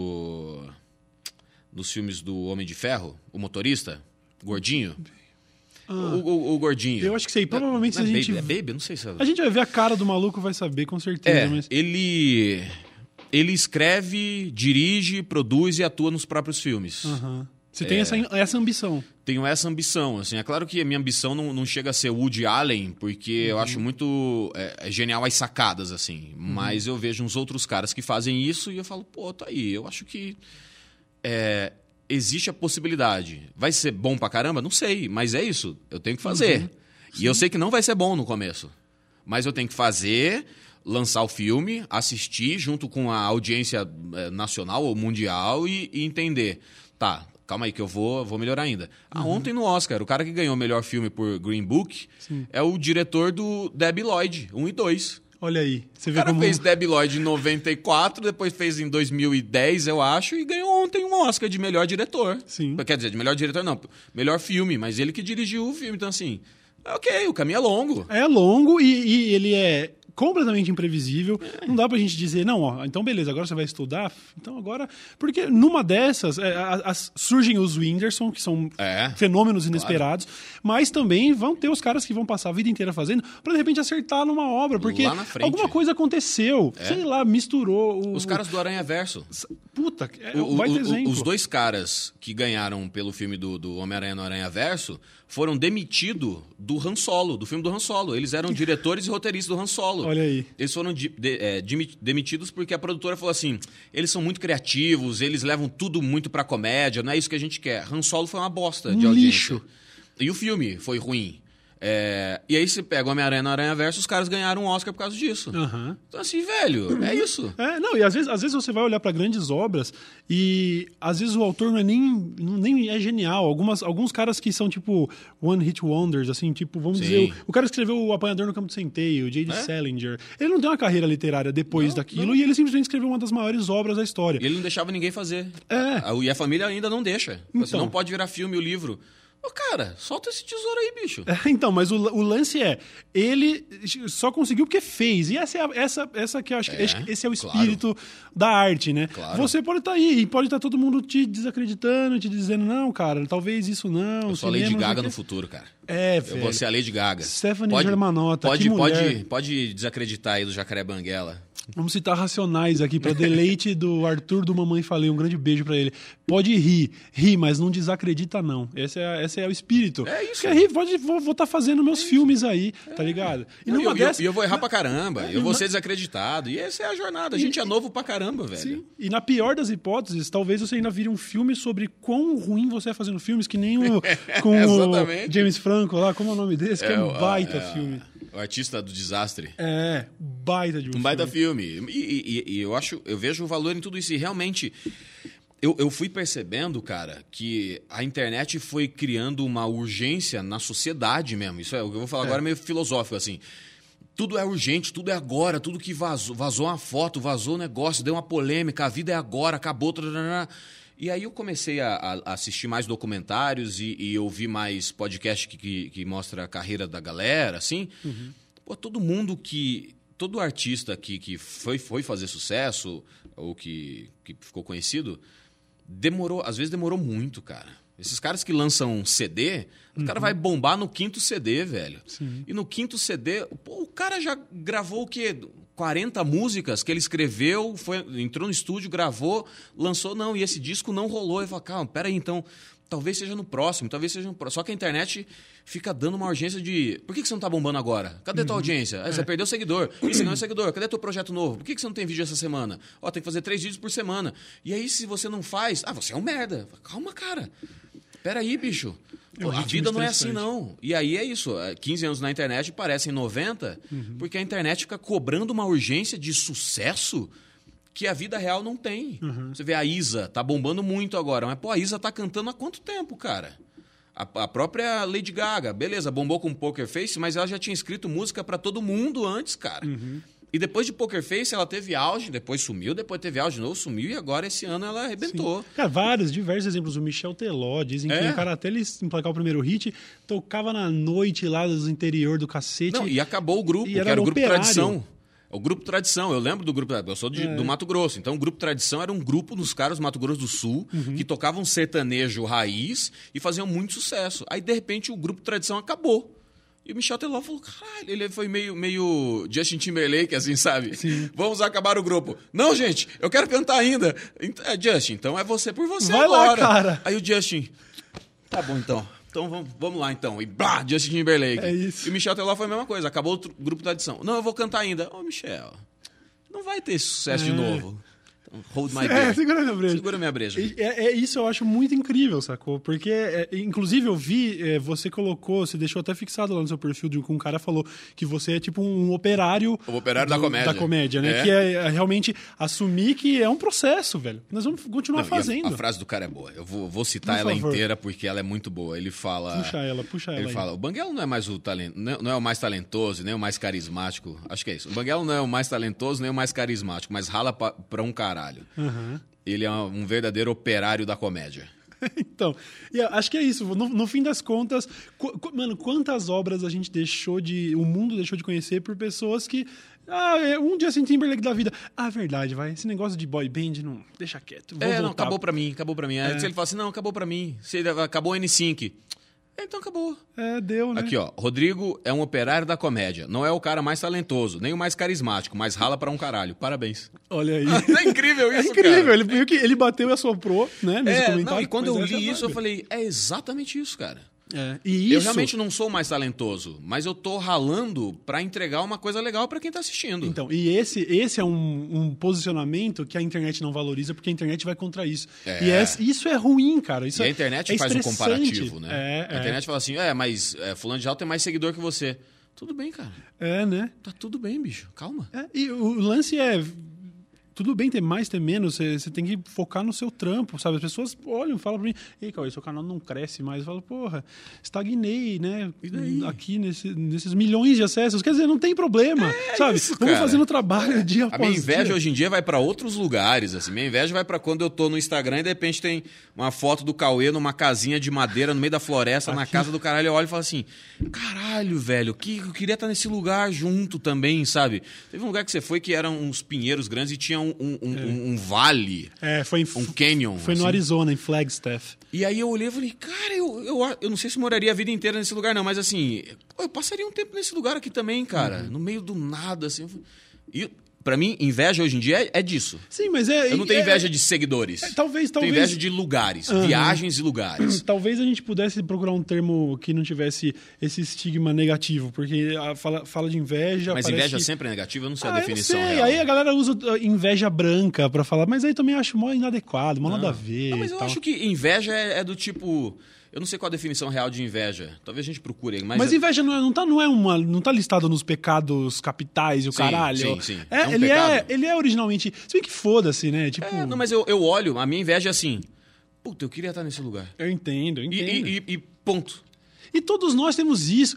nos filmes do Homem de Ferro, o motorista, gordinho. O gordinho. Eu acho que sei. Provavelmente se a gente... É Baby? Não sei se... A gente vai ver a cara do maluco, vai saber, com certeza. Mas... Ele escreve, dirige, produz e atua nos próprios filmes. Você tem essa ambição. Tenho essa ambição. Assim, é claro que a minha ambição não chega a ser Woody Allen, porque eu acho muito genial as sacadas, assim. Mas eu vejo uns outros caras que fazem isso e eu falo, pô, tá aí. Eu acho que... existe a possibilidade. Vai ser bom pra caramba? Não sei, mas é isso. Eu tenho que fazer. E eu sei que não vai ser bom no começo. Mas eu tenho que fazer, lançar o filme, assistir junto com a audiência nacional ou mundial e entender. Tá, calma aí que eu vou melhorar ainda. Ontem no Oscar, o cara que ganhou o melhor filme por Green Book é o diretor do Debi Lloyd, 1 e 2. Olha aí. Você O vê cara como... fez Debi Lloyd em 94, depois fez em 2010, eu acho, e ganhou ontem um Oscar de melhor diretor. Sim. Quer dizer, de melhor diretor não, melhor filme, mas ele que dirigiu o filme, então assim, ok, o caminho é longo. É longo e ele é completamente imprevisível. Não dá pra gente dizer, não, ó, então beleza, agora você vai estudar. Então agora... Porque numa dessas, surgem os Whindersson, que são fenômenos inesperados, mas também vão ter os caras que vão passar a vida inteira fazendo pra, de repente, acertar numa obra. Porque Lá na frente. alguma coisa aconteceu. Sei lá, misturou... Os caras do Aranhaverso. Puta, um baita exemplo. Os dois caras que ganharam pelo filme do Homem-Aranha no Aranhaverso foram demitidos do Han Solo, do filme do Han Solo. Eles eram diretores e roteiristas do Han Solo. Olha aí. Eles foram demitidos porque a produtora falou assim, eles são muito criativos, eles levam tudo muito pra comédia, não é isso que a gente quer. Han Solo foi uma bosta de audiência. Lixo. E o filme foi ruim. E aí você pega o Homem-Aranha no Aranhaverso, os caras ganharam um Oscar por causa disso. Uhum. Então assim, velho, é isso. Não, e às vezes você vai olhar pra grandes obras e às vezes o autor não é nem é genial. Alguns caras que são tipo One Hit Wonders, assim, tipo, vamos dizer, o cara que escreveu O Apanhador no Campo de Centeio, o J.D. Salinger, ele não tem uma carreira literária depois daquilo e ele simplesmente escreveu uma das maiores obras da história. E ele não deixava ninguém fazer. E a família ainda não deixa. Então. Você não pode virar filme o livro. Ô, cara, solta esse tesouro aí, bicho. Então, mas o lance ele só conseguiu porque fez. E essa que eu acho que esse é o espírito da arte, né? Claro. Você pode estar aí e pode estar todo mundo te desacreditando, te dizendo, não, cara, talvez isso não. Eu sou a Lady Gaga no futuro, cara. Velho. Eu vou ser a Lady Gaga. Stephanie Germanotta, que mulher. Pode desacreditar aí do Jacaré Banguela. Vamos citar Racionais aqui, para deleite do Arthur do Mamãe Falei. Um grande beijo para ele. Pode rir, mas não desacredita, não. Esse é o espírito. É isso. Quer rir, vou estar fazendo meus filmes aí, tá ligado? E eu vou errar pra caramba. Eu vou ser desacreditado. E essa é a jornada. A gente é novo pra caramba, velho. Sim. E na pior das hipóteses, talvez você ainda vire um filme sobre quão ruim você é fazendo filmes, que nem com o James Franco lá. Como é o nome desse? Que é um baita filme. O Artista do Desastre. Baita de um baita filme. E eu vejo o valor em tudo isso. E realmente, eu fui percebendo, cara, que a internet foi criando uma urgência na sociedade mesmo. Isso é o que eu vou falar agora, é meio filosófico, assim. Tudo é urgente, tudo é agora, tudo que vazou uma foto, vazou um negócio, deu uma polêmica, a vida é agora, acabou. E aí eu comecei a assistir mais documentários e ouvir mais podcast que mostra a carreira da galera, assim. Uhum. Pô, todo artista que foi fazer sucesso ou que ficou conhecido, às vezes demorou muito, cara. Esses caras que lançam CD, o cara vai bombar no 5º CD, velho. Sim. E no 5º CD, o cara já gravou o quê? 40 músicas que ele escreveu, entrou no estúdio, gravou, lançou, não, e esse disco não rolou. Eu falo, calma, peraí, então, talvez seja no próximo. Só que a internet fica dando uma urgência de, por que você não tá bombando agora? Cadê tua audiência? Você perdeu seguidor. Você ganhou seguidor. Cadê teu projeto novo? Por que você não tem vídeo essa semana? Tem que fazer 3 vídeos por semana. E aí, se você não faz, você é um merda. Calma, cara. Peraí, bicho. A vida não é assim, não. E aí é isso. 15 anos na internet parecem 90, porque a internet fica cobrando uma urgência de sucesso que a vida real não tem. Você vê a Isa, tá bombando muito agora. Mas, a Isa tá cantando há quanto tempo, cara? A própria Lady Gaga, beleza, bombou com Poker Face, mas ela já tinha escrito música pra todo mundo antes, cara. E depois de Poker Face, ela teve auge, depois sumiu, depois teve auge de novo, sumiu, e agora esse ano ela arrebentou. Sim. Cara, diversos exemplos. O Michel Teló, dizem que o cara, até ele emplacar o primeiro hit, tocava na noite lá do interior do cacete. Não, e acabou o grupo, que era o Grupo Tradição. O Grupo Tradição, eu lembro do Grupo, eu sou do Mato Grosso, então o Grupo Tradição era um grupo dos caras do Mato Grosso do Sul, que tocavam sertanejo raiz e faziam muito sucesso. Aí, de repente, o Grupo Tradição acabou. E o Michel Teló falou, caralho, ele foi meio Justin Timberlake, assim, sabe? Sim. Vamos acabar o grupo. Não, gente, eu quero cantar ainda. Justin, então é você por você Vai agora. Lá, cara. Aí o Justin, tá bom, então. Então vamos lá, então. E blá, Justin Timberlake. É isso. E o Michel Teló foi a mesma coisa, acabou o grupo Tradição. Não, eu vou cantar ainda. Ô, Michel, não vai ter sucesso de novo. Hold my beer. Segura minha breja. Segura minha breja. Isso eu acho muito incrível, sacou? Porque, inclusive, eu vi, você deixou até fixado lá no seu perfil, que um cara falou que você é tipo um operário... O operário da comédia. Da comédia, né? Que é realmente assumir que é um processo, velho. Nós vamos continuar fazendo. A frase do cara é boa. Eu vou citar ela inteira porque ela é muito boa. Ele fala... Puxa ela. Ele fala, o Banguela não é mais não é o mais talentoso, nem o mais carismático. Acho que é isso. O Banguela não é o mais talentoso, nem o mais carismático, mas rala pra um caralho. Uhum. Ele é um verdadeiro operário da comédia. Então, acho que é isso. No fim das contas, mano, quantas obras a gente o mundo deixou de conhecer por pessoas que... um Justin Timberlake da vida. Verdade, vai. Esse negócio de boy band, não, deixa quieto. Não, acabou pra mim. Se ele fala assim, não, acabou pra mim. Se ele acabou o N5. Então acabou. Deu, né? Aqui, ó. Rodrigo é um operário da comédia. Não é o cara mais talentoso, nem o mais carismático, mas rala pra um caralho. Parabéns. Olha aí. É incrível isso, cara. É incrível. Cara. Ele bateu e assoprou, né? Nesse comentário. E quando eu li isso, eu falei, é exatamente isso, cara. E isso... Eu realmente não sou o mais talentoso, mas eu tô ralando pra entregar uma coisa legal pra quem tá assistindo. Então, e esse é um posicionamento que a internet não valoriza, porque a internet vai contra isso. Isso é ruim, cara. Isso a internet faz um comparativo, né? A internet fala assim, mas fulano de tal tem mais seguidor que você. Tudo bem, cara. Né? Tá tudo bem, bicho. Calma. E o lance é... Tudo bem ter mais, ter menos, você tem que focar no seu trampo, sabe? As pessoas olham e falam pra mim, ei, Cauê, seu canal não cresce mais. Eu falo, porra, estagnei, né? E daí? Aqui nesses milhões de acessos. Quer dizer, não tem problema, sabe? Isso, vamos cara. fazendo trabalho dia após dia. A minha inveja hoje em dia vai pra outros lugares, assim. Minha inveja vai pra quando eu tô no Instagram e de repente tem uma foto do Cauê numa casinha de madeira no meio da floresta, na casa do caralho. Eu olho e falo assim, caralho, velho, eu queria estar nesse lugar junto também, sabe? Teve um lugar que você foi que eram uns pinheiros grandes e tinha um vale, um canyon. Foi assim. No Arizona, em Flagstaff. E aí eu olhei e falei, cara, eu não sei se moraria a vida inteira nesse lugar não, mas assim, eu passaria um tempo nesse lugar aqui também, cara, no meio do nada, assim. E pra mim, inveja hoje em dia é disso. Sim, mas eu não tenho inveja de seguidores. Talvez. Tenho inveja de lugares, viagens e lugares. Talvez a gente pudesse procurar um termo que não tivesse esse estigma negativo, porque fala de inveja... Mas inveja sempre é negativa? Eu não sei a definição eu sei. real. Aí a galera usa inveja branca pra falar, mas aí também acho mó inadequado, mó nada a ver. Mas eu acho que inveja é do tipo... Eu não sei qual a definição real de inveja. Talvez a gente procure aí. Mas inveja não tá listada nos pecados capitais e o caralho. Sim. Ele é originalmente... Se bem que foda-se, né? Tipo... Não, mas eu olho, a minha inveja é assim... Puta, eu queria estar nesse lugar. Eu entendo. E ponto. E todos nós temos isso.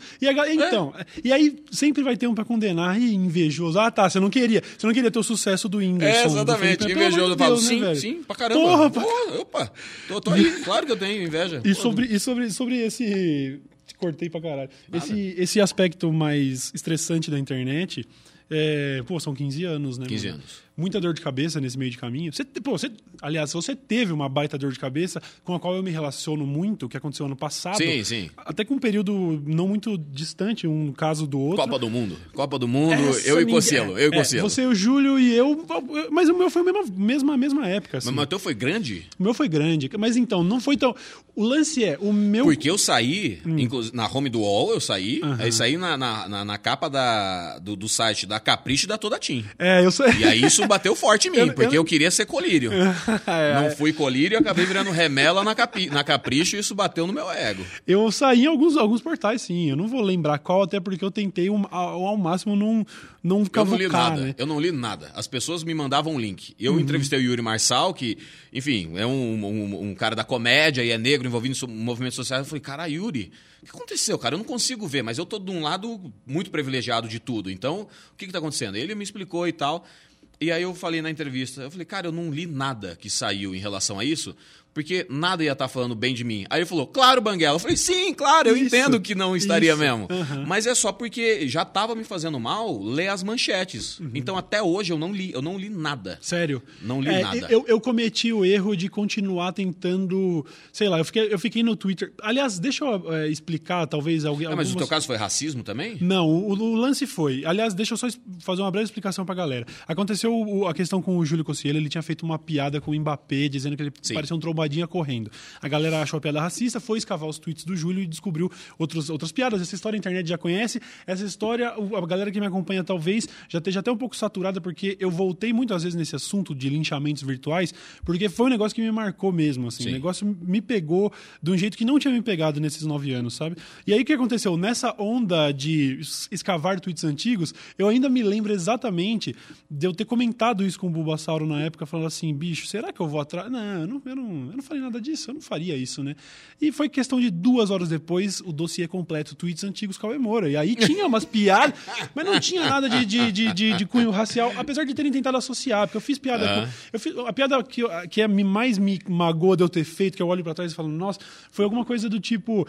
E aí sempre vai ter um pra condenar. E invejoso. Você não queria ter o sucesso do Whindersson. Exatamente. Invejoso. Eu falo, sim, pra caramba. Opa, tô aí. Claro que eu tenho inveja. E sobre esse... Te cortei pra caralho. Esse aspecto mais estressante da internet... são 15 anos, né? 15 anos. Muita dor de cabeça nesse meio de caminho. Aliás, você teve uma baita dor de cabeça com a qual eu me relaciono muito, que aconteceu ano passado. Sim. Até com um período não muito distante, um caso do outro. Copa do Mundo, eu e Cossielo. Você, o Júlio e eu... Mas o meu foi a mesma época. Assim. Mas o teu foi grande? O meu foi grande. Mas então, não foi tão... O lance o meu... Porque eu saí, inclusive, na home do UOL, aí saí na capa do site da Capricho e da Toda Team. Eu sei. E aí isso bateu forte em mim, porque eu queria ser colírio. Não fui colírio e acabei virando remela na Capricho e isso bateu no meu ego. Eu saí em alguns portais, sim. Eu não vou lembrar qual, até porque eu tentei ao máximo não cavucar, né? Eu não li nada. As pessoas me mandavam um link. Eu entrevistei o Yuri Marçal, que, enfim, é um cara da comédia e é negro envolvido em movimentos sociais. Eu falei, cara, Yuri, o que aconteceu, cara? Eu não consigo ver, mas eu tô de um lado muito privilegiado de tudo. Então, o que tá acontecendo? Ele me explicou e tal. E aí eu falei na entrevista, cara, eu não li nada que saiu em relação a isso, porque nada ia estar falando bem de mim. Aí ele falou, claro, Banguela. Eu falei, sim, claro, eu entendo que não estaria mesmo. Mas é só porque já estava me fazendo mal ler as manchetes. Então até hoje eu não li nada. Sério? Não li nada. Eu cometi o erro de continuar tentando, sei lá, eu fiquei no Twitter. Aliás, deixa eu explicar, talvez alguém... Mas o teu caso foi racismo também? Não, o lance foi... Aliás, deixa eu só fazer uma breve explicação pra galera. Aconteceu a questão com o Júlio Cossielo, ele tinha feito uma piada com o Mbappé, dizendo que ele parecia um tromba bombadinha correndo. A galera achou a piada racista, foi escavar os tweets do Júlio e descobriu outras piadas. Essa história a internet já conhece. Essa história, a galera que me acompanha talvez já esteja até um pouco saturada, porque eu voltei muitas vezes nesse assunto de linchamentos virtuais, porque foi um negócio que me marcou mesmo, assim. O negócio me pegou de um jeito que não tinha me pegado nesses 9 anos, sabe? E aí o que aconteceu? Nessa onda de escavar tweets antigos, eu ainda me lembro exatamente de eu ter comentado isso com o Bulbasauro na época, falando assim, bicho, será que eu vou atrás? Não, eu não falei nada disso, eu não faria isso, né? E foi questão de 2 horas depois, o dossiê completo, tweets antigos Cauê Moura. E aí tinha umas piadas, mas não tinha nada de cunho racial, apesar de terem tentado associar, porque eu fiz piada eu fiz, a piada que mais me magoa de eu ter feito, que eu olho pra trás e falo, nossa, foi alguma coisa do tipo,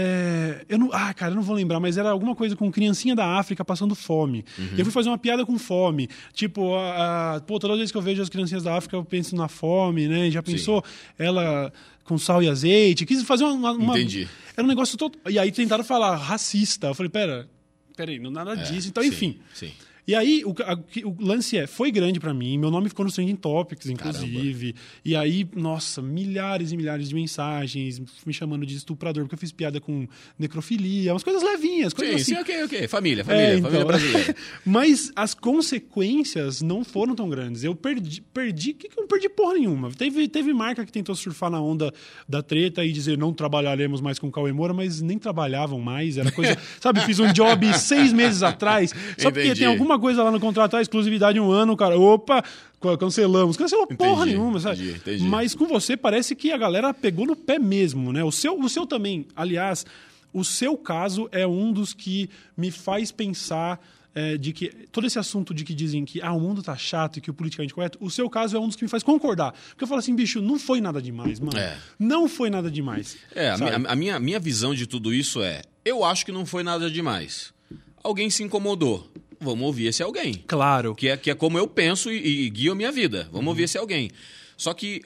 eu não vou lembrar, mas era alguma coisa com criancinha da África passando fome. E eu fui fazer uma piada com fome. Tipo, toda vez que eu vejo as criancinhas da África, eu penso na fome, né? Já pensou ela com sal e azeite? Quis fazer uma... Entendi. Era um negócio todo... E aí tentaram falar racista. Eu falei, peraí, não nada disso. Então, enfim. Sim. E aí, o lance foi grande pra mim, meu nome ficou no Trending Topics, inclusive. Caramba. E aí, nossa, milhares e milhares de mensagens me chamando de estuprador, porque eu fiz piada com necrofilia, umas coisas levinhas, coisas assim. Sim, ok. Família brasileira. Mas as consequências não foram tão grandes. Eu perdi que eu não perdi porra nenhuma. Teve marca que tentou surfar na onda da treta e dizer não trabalharemos mais com o Cauê Moura, mas nem trabalhavam mais, era coisa... Sabe, fiz um job 6 meses atrás, só porque tem alguma coisa lá no contrato, exclusividade 1 ano, cara, opa, cancelou porra nenhuma, sabe? Entendi. Mas com você parece que a galera pegou no pé mesmo, né? O seu também, aliás, o seu caso é um dos que me faz pensar de que todo esse assunto de que dizem que o mundo tá chato e que o politicamente correto, o seu caso é um dos que me faz concordar. Porque eu falo assim, bicho, não foi nada demais, mano. Não foi nada demais. A minha visão de tudo isso eu acho que não foi nada demais. Alguém se incomodou. Vamos ouvir esse alguém. Claro. Que é como eu penso e guio a minha vida. Vamos ouvir esse alguém. Só que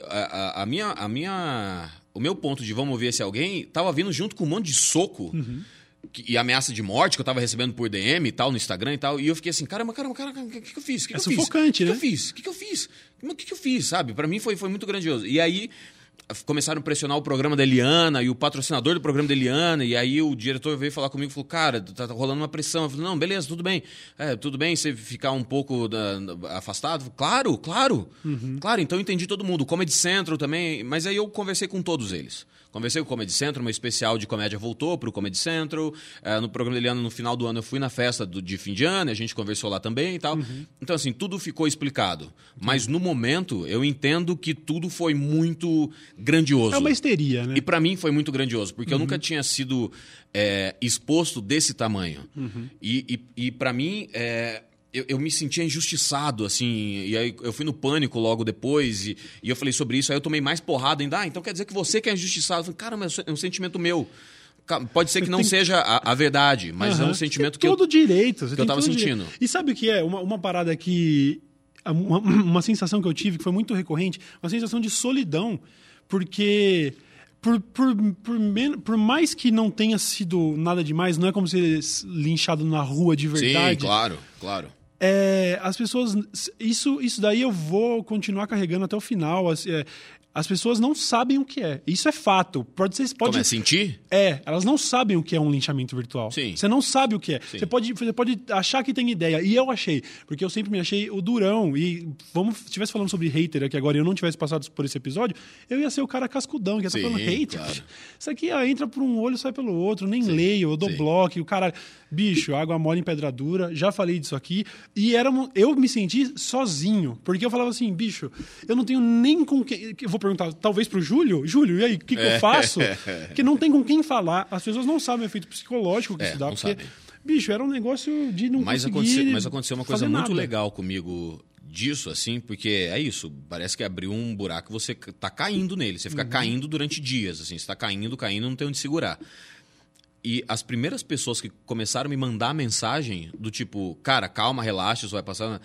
o meu ponto de vamos ouvir esse alguém estava vindo junto com um monte de soco e ameaça de morte que eu estava recebendo por DM e tal, no Instagram e tal. E eu fiquei assim, caramba, o que eu fiz? É sufocante, né? O que eu fiz, sabe? Para mim foi muito grandioso. E aí... começaram a pressionar o programa da Eliana e o patrocinador do programa da Eliana, e aí o diretor veio falar comigo e falou, cara, tá rolando uma pressão. Eu falei, não, beleza, tudo bem. Tudo bem você ficar um pouco afastado? Claro. Claro, então eu entendi todo mundo. O Comedy Central também, mas aí eu conversei com todos eles. Conversei com o Comedy Central, meu especial de comédia voltou pro Comedy Central. No programa da Eliana, no final do ano, eu fui na festa de fim de ano, a gente conversou lá também e tal. Então, assim, tudo ficou explicado. Mas, no momento, eu entendo que tudo foi muito grandioso. É uma histeria, né? E pra mim foi muito grandioso, porque eu nunca tinha sido exposto desse tamanho. E pra mim... Eu me sentia injustiçado, assim, e aí eu fui no pânico logo depois, e eu falei sobre isso, aí eu tomei mais porrada ainda, então quer dizer que você que é injustiçado. Eu falei, cara, mas é um sentimento meu. Pode ser que não seja a verdade, mas é um sentimento que todo direito, que eu tava sentindo. E sabe o que é? Uma parada que... Uma sensação que eu tive, que foi muito recorrente, uma sensação de solidão, porque... Por mais que não tenha sido nada demais, não é como ser linchado na rua de verdade. Sim, claro. As pessoas... Isso daí eu vou continuar carregando até o final. As pessoas não sabem o que é. Isso é fato. Como é sentir? Elas não sabem o que é um linchamento virtual. Sim. Você não sabe o que é. Sim. Você pode achar que tem ideia. E eu achei. Porque eu sempre me achei o durão. E se estivesse falando sobre hater aqui agora e eu não tivesse passado por esse episódio, eu ia ser o cara cascudão, que ia estar falando hater. Claro. Isso aqui entra por um olho e sai pelo outro. Nem leio, eu dou bloco. O cara... Bicho, água mole em pedra dura. Já falei disso aqui. E eu me senti sozinho. Porque eu falava assim, bicho, eu não tenho nem com quem... Eu vou perguntar, talvez pro Júlio? Júlio, e aí, o que eu faço? Porque não tem com quem falar. As pessoas não sabem o efeito psicológico que isso dá. Porque, sabem. Bicho, era um negócio de não conseguir Mas aconteceu uma coisa muito nada. legal comigo disso, assim, porque é isso. Parece que abriu um buraco e você tá caindo nele. Você fica caindo durante dias, assim. Você tá caindo, não tem onde segurar. E as primeiras pessoas que começaram a me mandar mensagem do tipo, cara, calma, relaxa, isso vai passar...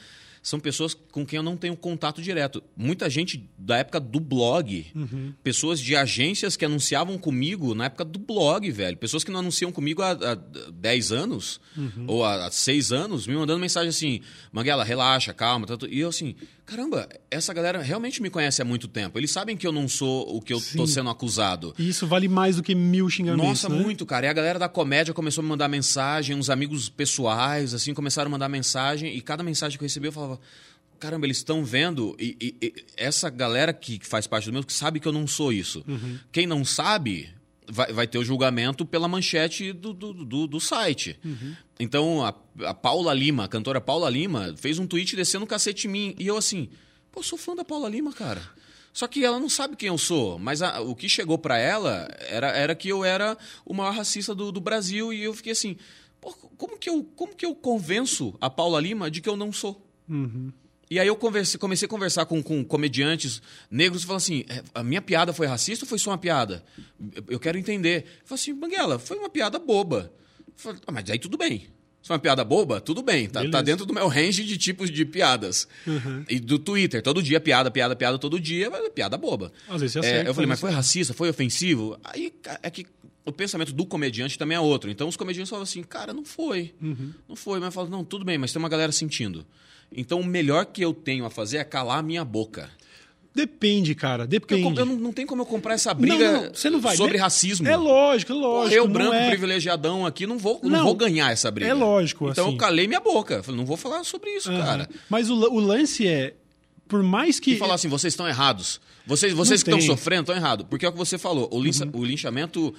são pessoas com quem eu não tenho contato direto. Muita gente da época do blog, pessoas de agências que anunciavam comigo na época do blog, velho. Pessoas que não anunciam comigo há 10 anos ou há 6 anos, me mandando mensagem assim, Manguela, relaxa, calma. E eu assim, caramba, essa galera realmente me conhece há muito tempo. Eles sabem que eu não sou o que eu tô sendo acusado. E isso vale mais do que 1000 xingamentos, Nossa, né? muito, cara. E a galera da comédia começou a me mandar mensagem, uns amigos pessoais, assim, começaram a mandar mensagem, e cada mensagem que eu recebi eu falava, caramba, eles estão vendo, e essa galera que faz parte do meu, que sabe que eu não sou isso. Quem não sabe, vai ter o julgamento pela manchete do site. Então, a Paula Lima, a cantora Paula Lima, fez um tweet descendo o cacete em mim, e eu assim, pô, eu sou fã da Paula Lima, cara. Só que ela não sabe quem eu sou, mas o que chegou pra ela era que eu era o maior racista do Brasil, e eu fiquei assim, pô, como que eu convenço a Paula Lima de que eu não sou? E aí eu comecei a conversar com comediantes negros e falei assim, a minha piada foi racista ou foi só uma piada? Eu quero entender. Eu falei assim, Banguela, foi uma piada boba. Eu falei, mas aí tudo bem. Se foi uma piada boba, tudo bem. Tá dentro do meu range de tipos de piadas. E do Twitter, todo dia, piada todo dia, mas piada boba. Às vezes você acerta, eu falei, mas foi racista? Foi ofensivo? Aí é que o pensamento do comediante também é outro. Então os comediantes falam assim, cara, não foi. Não foi. Mas eu falo, não, tudo bem, mas tem uma galera sentindo. Então o melhor que eu tenho a fazer é calar a minha boca. Depende, cara, depende. Não tem como eu comprar essa briga você não vai. sobre racismo. É lógico. Pô, eu, branco, privilegiadão aqui, não vou ganhar essa briga. É lógico, então assim. eu calei minha boca. Falei, não vou falar sobre isso, cara. Mas o lance é, por mais que... E falar assim, vocês estão errados. Vocês que estão sofrendo estão errados. Porque é o que você falou, o linchamento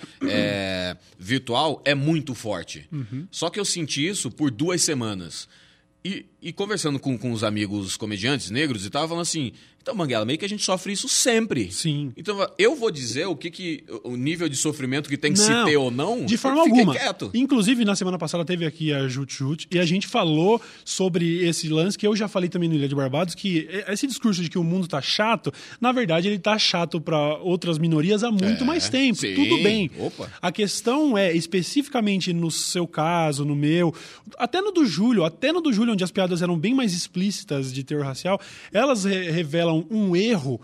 virtual é muito forte. Só que eu senti isso por 2 semanas. E conversando com os amigos comediantes negros e tal, falando assim, então, Banguela, meio que a gente sofre isso sempre. Sim. Então, eu vou dizer o nível de sofrimento que tem que se ter ou não, de forma alguma. Quieto. Inclusive, na semana passada teve aqui a Jut e a gente falou sobre esse lance que eu já falei também no Ilha de Barbados, que esse discurso de que o mundo tá chato, na verdade, ele tá chato para outras minorias há muito mais tempo. Sim. Tudo bem. Opa. A questão é, especificamente no seu caso, no meu, até no do Júlio, onde as piadas eram bem mais explícitas de teor racial, elas revelam um erro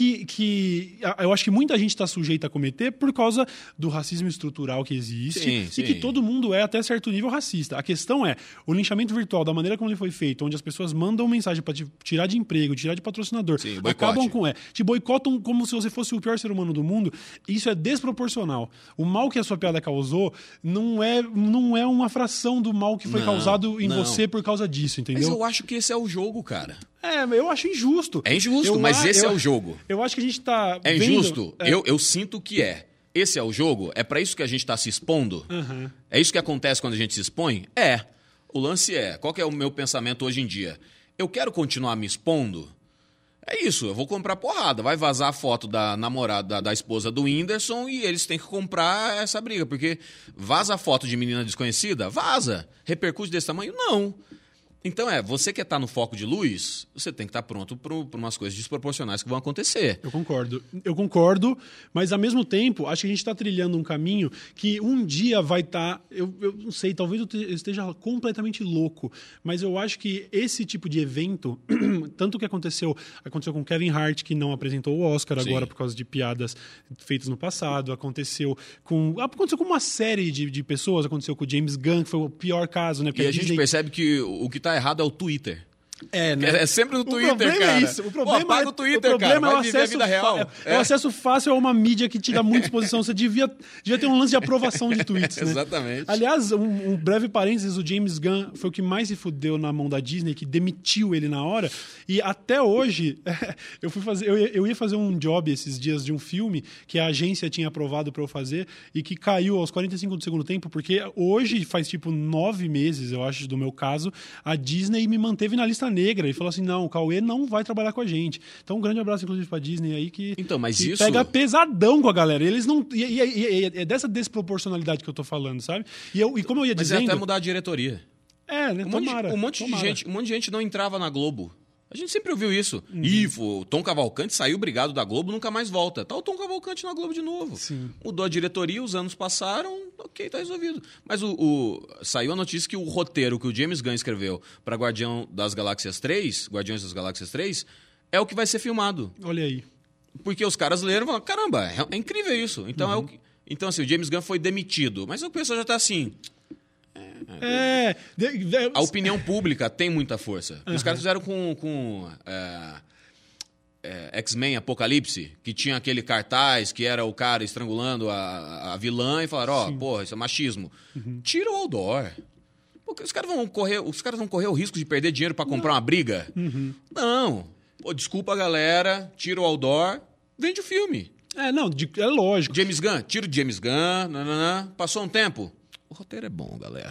que eu acho que muita gente está sujeita a cometer por causa do racismo estrutural que existe e que todo mundo é até certo nível racista. A questão é, o linchamento virtual, da maneira como ele foi feito, onde as pessoas mandam mensagem para te tirar de emprego, tirar de patrocinador, acabam te boicotam como se você fosse o pior ser humano do mundo, isso é desproporcional. O mal que a sua piada causou não é uma fração do mal que foi causado em você por causa disso, entendeu? Mas eu acho que esse é o jogo, cara. Eu acho injusto. É injusto, mas esse é o jogo. Eu acho que a gente tá É injusto? Eu sinto que é. Esse é o jogo? É pra isso que a gente tá se expondo? É isso que acontece quando a gente se expõe? É. O lance é, qual que é o meu pensamento hoje em dia? Eu quero continuar me expondo? É isso, eu vou comprar porrada. Vai vazar a foto da namorada, da esposa do Whindersson e eles têm que comprar essa briga. Porque vaza a foto de menina desconhecida? Vaza. Repercute desse tamanho? Não. Então você que está no foco de luz, você tem que estar pronto para umas coisas desproporcionais que vão acontecer. Eu concordo, mas ao mesmo tempo, acho que a gente está trilhando um caminho que um dia vai estar... Eu não sei, talvez eu esteja completamente louco, mas eu acho que esse tipo de evento, tanto que aconteceu com Kevin Hart, que não apresentou o Oscar agora por causa de piadas feitas no passado, aconteceu com uma série de pessoas, aconteceu com o James Gunn, que foi o pior caso, né? Porque a gente percebe que o que está errado é o Twitter. Né? É sempre no Twitter, cara. É isso. O problema apaga o Twitter, cara. Vai viver a vida real. É o acesso fácil a uma mídia que te dá muita exposição. Você devia ter um lance de aprovação de tweets, né? Exatamente. Aliás, um breve parênteses, o James Gunn foi o que mais se fudeu na mão da Disney, que demitiu ele na hora. E até hoje, eu ia fazer um job esses dias de um filme que a agência tinha aprovado pra eu fazer e que caiu aos 45 do segundo tempo, porque hoje faz tipo 9 meses, eu acho, do meu caso, a Disney me manteve na lista negra e falou assim, não, o Cauê não vai trabalhar com a gente. Então um grande abraço, inclusive, pra Disney aí, que pega pesadão com a galera. Eles não... é dessa desproporcionalidade que eu tô falando, sabe? E como eu ia dizendo... Mas é até mudar a diretoria. Né? Um monte de gente não entrava na Globo. A gente sempre ouviu isso. O Tom Cavalcante saiu brigado da Globo, nunca mais volta. Tá o Tom Cavalcante na Globo de novo. Sim. Mudou a diretoria, os anos passaram, ok, tá resolvido. Mas saiu a notícia que o roteiro que o James Gunn escreveu para Guardiões das Galáxias 3, é o que vai ser filmado. Olha aí. Porque os caras leram e falaram, caramba, é incrível isso. Então, então assim, o James Gunn foi demitido. Mas o pessoal já tá assim... A opinião pública tem muita força. Os caras fizeram com X-Men Apocalipse, que tinha aquele cartaz que era o cara estrangulando a vilã e falaram, porra, isso é machismo. Tira o outdoor. Porque os caras vão correr o risco de perder dinheiro para comprar uma briga? Não. Pô, desculpa, galera, tira o outdoor, vende o filme. É lógico. James Gunn, tira o James Gunn, passou um tempo. O roteiro é bom, galera.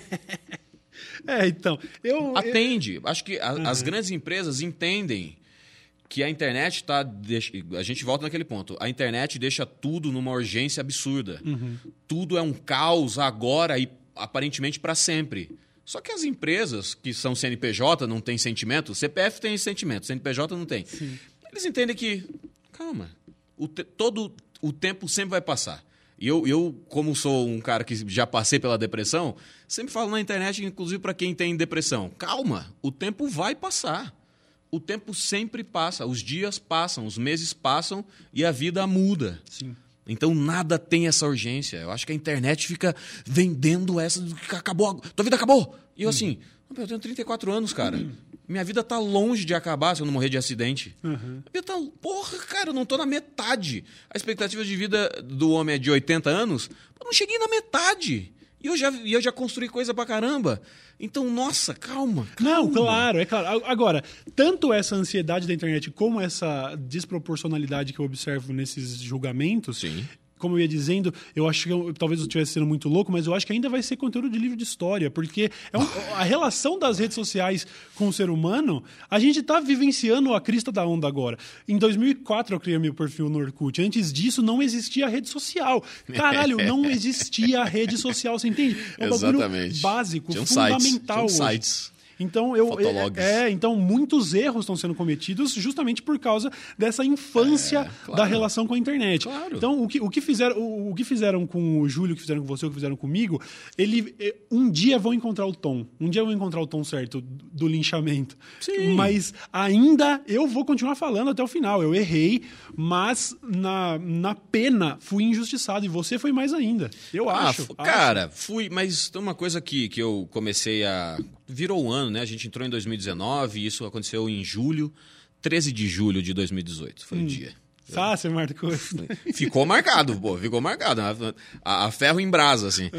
Então. Atende. Acho que as grandes empresas entendem que a internet está... A gente volta naquele ponto. A internet deixa tudo numa urgência absurda. Tudo é um caos agora e aparentemente para sempre. Só que as empresas que são CNPJ não têm sentimento, CPF tem sentimento, CNPJ não tem. Sim. Eles entendem que, calma, todo o tempo sempre vai passar. E eu, como sou um cara que já passei pela depressão, sempre falo na internet, inclusive para quem tem depressão, calma, o tempo vai passar. O tempo sempre passa, os dias passam, os meses passam e a vida muda. Sim. Então nada tem essa urgência. Eu acho que a internet fica vendendo essa... Acabou, tua vida acabou. E eu assim, eu tenho 34 anos, cara. Minha vida tá longe de acabar se eu não morrer de acidente. Minha vida tá... Porra, cara, eu não tô na metade. A expectativa de vida do homem é de 80 anos. Eu não cheguei na metade. E eu já construí coisa pra caramba. Então, nossa, calma. Não, claro, é claro. Agora, tanto essa ansiedade da internet como essa desproporcionalidade que eu observo nesses julgamentos... Sim. Como eu ia dizendo, eu acho que talvez eu estivesse sendo muito louco, mas eu acho que ainda vai ser conteúdo de livro de história, porque a relação das redes sociais com o ser humano, a gente está vivenciando a crista da onda agora. Em 2004 eu criei meu perfil no Orkut. Antes disso não existia rede social. Caralho, não existia rede social, você entende? É um bagulho básico, fundamental hoje. Sites. Então, então, muitos erros estão sendo cometidos justamente por causa dessa infância da relação com a internet. Claro. Então, o que fizeram com o Júlio, o que fizeram com você, o que fizeram comigo, um dia vão encontrar o tom. Um dia vão encontrar o tom certo do linchamento. Sim. Mas ainda eu vou continuar falando até o final. Eu errei, mas na pena fui injustiçado. E você foi mais ainda. Eu acho. Cara, fui. Mas tem uma coisa que eu comecei a... Virou um ano, né? A gente entrou em 2019 e isso aconteceu em julho, 13 de julho de 2018. Foi o dia. Você marcou. Ficou marcado, pô. Ficou marcado. A ferro em brasa, assim.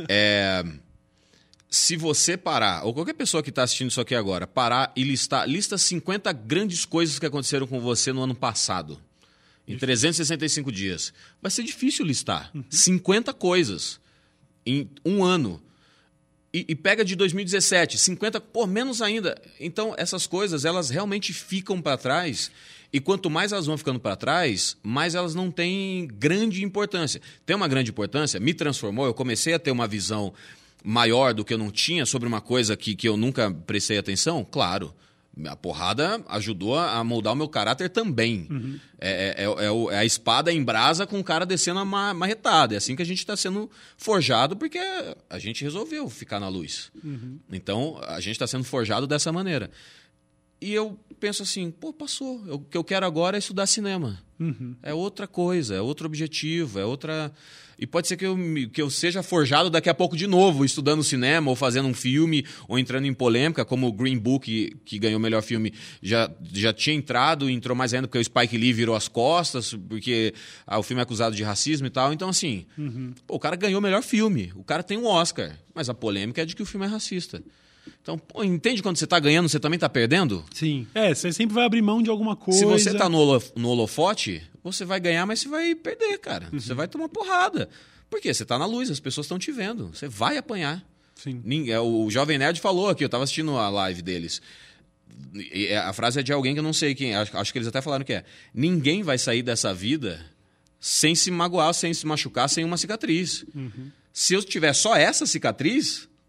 Se você parar, ou qualquer pessoa que está assistindo isso aqui agora, parar e lista 50 grandes coisas que aconteceram com você no ano passado. Em 365 dias. Vai ser difícil listar. 50 coisas em um ano. E pega de 2017, 50, menos ainda. Então, essas coisas, elas realmente ficam para trás. E quanto mais elas vão ficando para trás, mais elas não têm grande importância. Tem uma grande importância, me transformou, eu comecei a ter uma visão maior do que eu não tinha sobre uma coisa que eu nunca prestei atenção, claro. A porrada ajudou a moldar o meu caráter também. É a espada em brasa com o cara descendo a marretada. É assim que a gente está sendo forjado, porque a gente resolveu ficar na luz. Então, a gente está sendo forjado dessa maneira. E eu penso assim, passou. O que eu quero agora é estudar cinema. É outra coisa, é outro objetivo, é outra... E pode ser que eu seja forjado daqui a pouco de novo, estudando cinema, ou fazendo um filme, ou entrando em polêmica, como o Green Book, que ganhou o melhor filme, já tinha entrado, entrou mais ainda porque o Spike Lee virou as costas, porque o filme é acusado de racismo e tal. Então, assim, o cara ganhou o melhor filme, o cara tem um Oscar, mas a polêmica é de que o filme é racista. Então, entende quando você está ganhando, você também está perdendo? Sim. Você sempre vai abrir mão de alguma coisa. Se você está no holofote, você vai ganhar, mas você vai perder, cara. Você vai tomar porrada. Por quê? Você está na luz, as pessoas estão te vendo. Você vai apanhar. Sim. O Jovem Nerd falou aqui, eu estava assistindo a live deles. E a frase é de alguém que eu não sei quem, acho que eles até falaram que é: ninguém vai sair dessa vida sem se magoar, sem se machucar, sem uma cicatriz. Se eu tiver só essa cicatriz...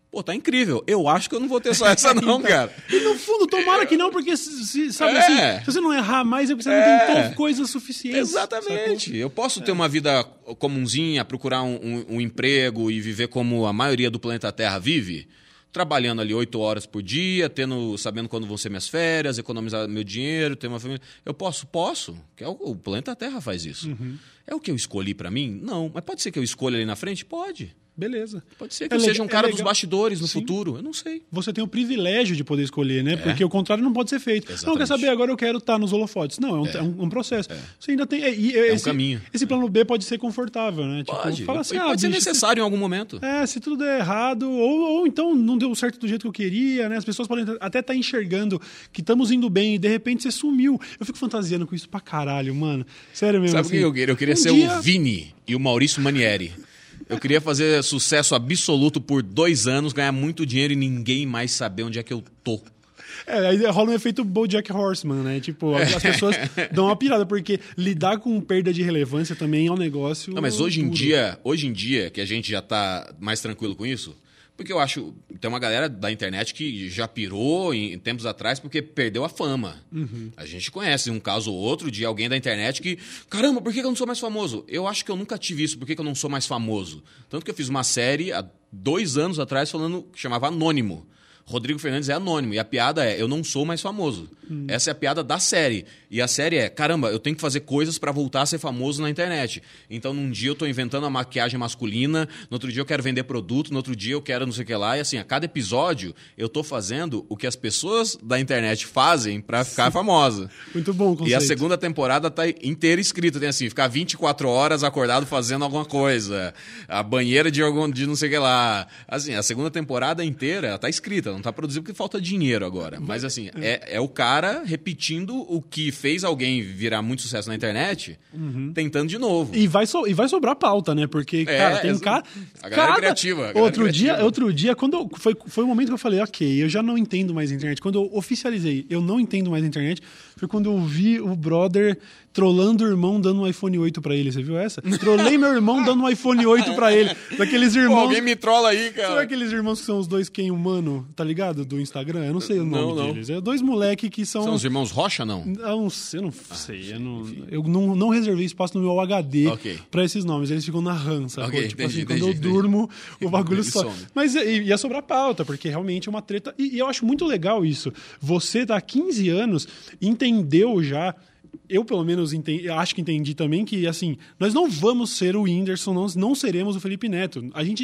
Pô, tá incrível. Eu acho que eu não vou ter só essa não, cara. E no fundo, tomara que não, porque, sabe assim, se você não errar mais, é porque você não tentou coisas suficientes. Exatamente. Sacou? Eu posso ter uma vida comunzinha, procurar um emprego e viver como a maioria do planeta Terra vive, trabalhando ali 8 horas por dia, sabendo quando vão ser minhas férias, economizar meu dinheiro, ter uma família. Eu posso, que o planeta Terra faz isso. É o que eu escolhi pra mim? Não. Mas pode ser que eu escolha ali na frente? Pode. Beleza. Pode ser que eu seja um cara dos bastidores no futuro. Eu não sei. Você tem o privilégio de poder escolher, né? Porque o contrário não pode ser feito. Exatamente. Não, quer saber, agora eu quero estar nos holofotes. Não, é um processo. Você ainda tem... um caminho. Esse plano B pode ser confortável, né? Pode. Tipo, fala assim, pode ser necessário em algum momento. Se tudo der errado, ou então não deu certo do jeito que eu queria, né? As pessoas podem até estar enxergando que estamos indo bem e de repente você sumiu. Eu fico fantasiando com isso pra caralho, mano. Sério mesmo. Sabe o que eu queria? Eu queria ser o Vini e o Maurício Manieri. Eu queria fazer sucesso absoluto por 2 anos, ganhar muito dinheiro e ninguém mais saber onde é que eu tô. Aí rola um efeito BoJack Horseman, né? Tipo, as pessoas dão uma pirada, porque lidar com perda de relevância também é um negócio... Não, mas hoje em dia, que a gente já tá mais tranquilo com isso, porque eu acho... Tem uma galera da internet que já pirou em tempos atrás porque perdeu a fama. A gente conhece um caso ou outro de alguém da internet que... Caramba, por que eu não sou mais famoso? Eu acho que eu nunca tive isso. Por que eu não sou mais famoso? Tanto que eu fiz uma série há 2 anos atrás que chamava Anônimo. Rodrigo Fernandes é anônimo. E a piada é, eu não sou mais famoso. Essa é a piada da série. E a série é, caramba, eu tenho que fazer coisas pra voltar a ser famoso na internet. Então, num dia eu tô inventando a maquiagem masculina, no outro dia eu quero vender produto, no outro dia eu quero não sei o que lá. E assim, a cada episódio eu tô fazendo o que as pessoas da internet fazem pra ficar famosa. Muito bom o conceito. E a segunda temporada tá inteira escrita. Tem assim, ficar 24 horas acordado fazendo alguma coisa. A banheira de não sei o que lá. Assim, a segunda temporada inteira ela tá escrita. Não tá produzindo porque falta dinheiro agora. Mas assim, é o cara repetindo o que fez alguém virar muito sucesso na internet, tentando de novo. E vai sobrar pauta, né? Porque, cara, tem um cara... A galera é criativa. Outro dia, quando foi o momento que eu falei, ok, eu já não entendo mais a internet. Quando eu oficializei, eu não entendo mais a internet, foi quando eu vi o brother trollando o irmão dando um iPhone 8 pra ele. Você viu essa? Trolei meu irmão dando um iPhone 8 pra ele. Daqueles irmãos... Pô, alguém me trola aí, cara. Sabe aqueles irmãos que são os dois quem humano, tá ligado? Do Instagram? Eu não sei o nome deles. É 2 moleque que são... São os irmãos Rocha, não? Eu não sei. Eu não reservei espaço no meu HD pra esses nomes. Eles ficam na RAM, sabe? Tipo assim, quando eu durmo, o bagulho some. Mas ia sobrar pauta, porque realmente é uma treta. E eu acho muito legal isso. Você, há 15 anos, entendeu já... Eu, pelo menos, acho que entendi também que, assim, nós não vamos ser o Whindersson, não seremos o Felipe Neto. A gente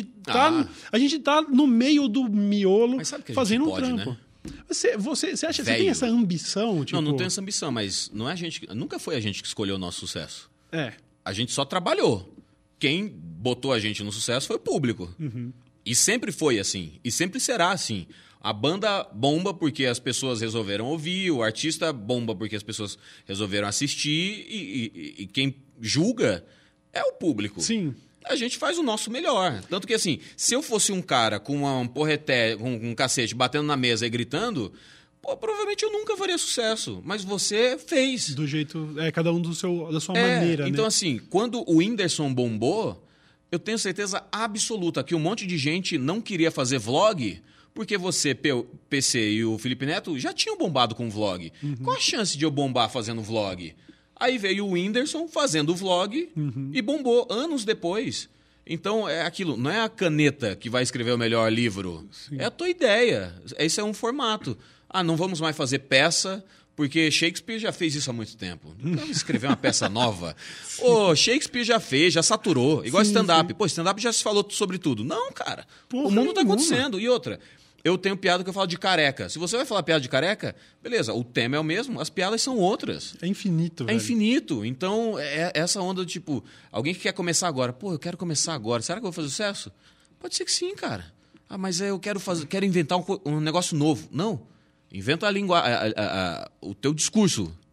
tá no meio do miolo fazendo um trampo. Né? Você acha que você tem essa ambição? Tipo... Não tenho essa ambição, mas não é a gente, nunca foi a gente que escolheu o nosso sucesso. É. A gente só trabalhou. Quem botou a gente no sucesso foi o público. E sempre foi assim. E sempre será assim. A banda bomba porque as pessoas resolveram ouvir, o artista bomba porque as pessoas resolveram assistir e quem julga é o público. Sim. A gente faz o nosso melhor. Tanto que, assim, se eu fosse um cara com um porreté, com um cacete, batendo na mesa e gritando, pô, provavelmente eu nunca faria sucesso. Mas você fez. Do jeito... cada um da sua maneira, então, né? assim, quando o Whindersson bombou, eu tenho certeza absoluta que um monte de gente não queria fazer vlog... Porque você, PC e o Felipe Neto já tinham bombado com vlog. Qual a chance de eu bombar fazendo vlog? Aí veio o Whindersson fazendo vlog e bombou anos depois. Então, é aquilo. Não é a caneta que vai escrever o melhor livro. Sim. É a tua ideia. Esse é um formato. Não vamos mais fazer peça... Porque Shakespeare já fez isso há muito tempo. Não vamos escrever uma peça nova. Shakespeare já fez, já saturou. Igual stand-up. Pô, stand-up já se falou sobre tudo. Não, cara. O mundo tá acontecendo. E outra, eu tenho piada que eu falo de careca. Se você vai falar piada de careca, beleza, o tema é o mesmo, as piadas são outras. É infinito, velho. É infinito. Então, é essa onda do tipo, alguém que quer começar agora. Pô, eu quero começar agora. Será que eu vou fazer sucesso? Pode ser que sim, cara. Mas eu quero inventar um negócio novo. Não. Inventa o teu discurso.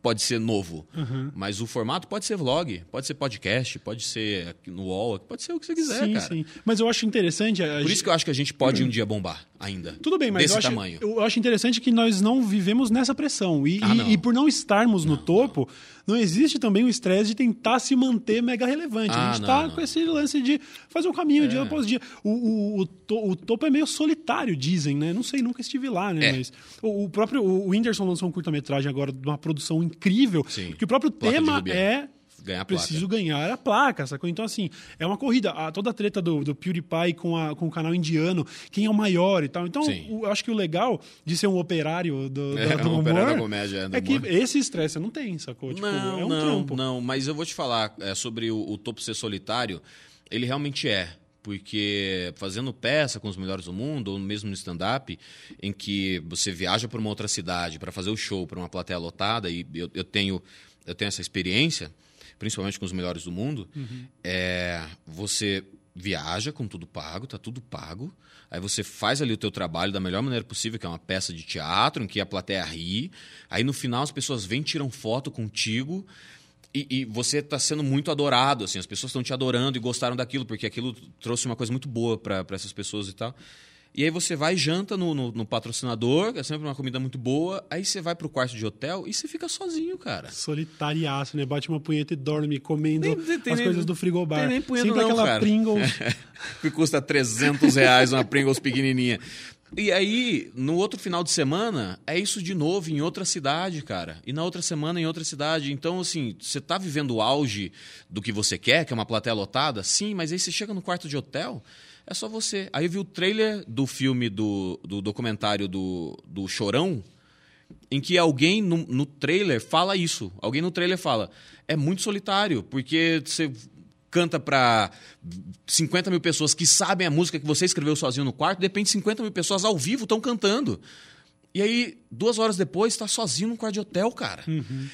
pode ser novo. Mas o formato pode ser vlog, pode ser podcast, pode ser no UOL, pode ser o que você quiser, cara. Sim. Mas eu acho interessante... Por isso que eu acho que a gente pode um dia bombar ainda. Tudo bem, mas tamanho. Eu acho interessante que nós não vivemos nessa pressão. E por não estarmos no topo, não existe também o estresse de tentar se manter mega relevante. A gente tá com esse lance de fazer um caminho dia após dia. O topo é meio solitário, dizem, né? Não sei, nunca estive lá, né? Mas o próprio Whindersson lançou um curta-metragem agora de uma produção incrível, que o próprio tema é... Preciso ganhar a placa, sacou? Então, assim, é uma corrida. Toda a treta do PewDiePie com o canal indiano, quem é o maior e tal. Então, eu acho que o legal de ser um operário do humor operário da comédia, é que esse estresse não tem, sacou? Tipo, é um trampo. Não, mas eu vou te falar sobre o topo ser solitário, ele realmente é. Porque fazendo peça com os melhores do mundo, ou mesmo no stand-up, em que você viaja para uma outra cidade para fazer o show para uma plateia lotada, e eu tenho essa experiência, principalmente com os melhores do mundo, você viaja com tudo pago, tá tudo pago, aí você faz ali o teu trabalho da melhor maneira possível, que é uma peça de teatro, em que a plateia ri, aí no final as pessoas vêm, tiram foto contigo, e você está sendo muito adorado, assim, as pessoas estão te adorando e gostaram daquilo, porque aquilo trouxe uma coisa muito boa para essas pessoas e tal. E aí você vai e janta no patrocinador, que é sempre uma comida muito boa, aí você vai pro quarto de hotel e você fica sozinho, cara. Solitariaço, né? Bate uma punheta e dorme comendo coisas do frigobar. Tem nem punheta sempre não, aquela cara. Pringles. Que custa R$300 uma Pringles pequenininha. E aí, no outro final de semana, é isso de novo em outra cidade, cara. E na outra semana em outra cidade. Então, assim, você tá vivendo o auge do que você quer, que é uma plateia lotada? Sim, mas aí você chega no quarto de hotel... É só você. Aí eu vi o trailer do filme, do documentário do Chorão, em que alguém no trailer fala isso. Alguém no trailer fala, é muito solitário, porque você canta para 50 mil pessoas que sabem a música que você escreveu sozinho no quarto, de repente 50 mil pessoas ao vivo estão cantando. E aí, 2 horas depois, está sozinho num quarto de hotel, cara.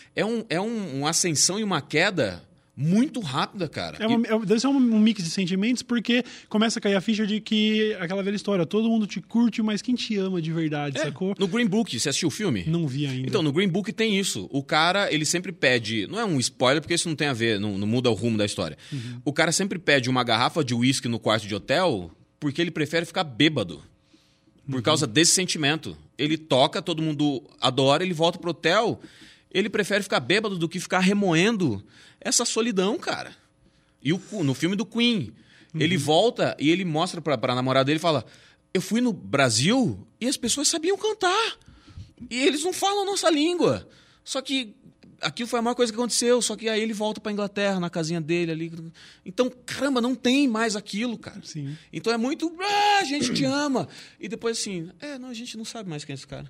É uma ascensão e uma queda... muito rápida, cara. Deve ser um mix de sentimentos, porque começa a cair a ficha de que aquela velha história, todo mundo te curte, mas quem te ama de verdade, sacou? No Green Book, você assistiu o filme? Não vi ainda. Então, no Green Book tem isso. O cara, ele sempre pede... Não é um spoiler, porque isso não tem a ver, não muda o rumo da história. O cara sempre pede uma garrafa de uísque no quarto de hotel, porque ele prefere ficar bêbado. Por causa desse sentimento. Ele toca, todo mundo adora, ele volta pro hotel... Ele prefere ficar bêbado do que ficar remoendo essa solidão, cara. E no filme do Queen, ele volta e ele mostra pra namorada dele e fala, eu fui no Brasil e as pessoas sabiam cantar. E eles não falam a nossa língua. Só que aquilo foi a maior coisa que aconteceu. Só que aí ele volta pra Inglaterra, na casinha dele ali. Então, caramba, não tem mais aquilo, cara. Sim. Então é muito, a gente te ama. E depois assim, a gente não sabe mais quem é esse cara.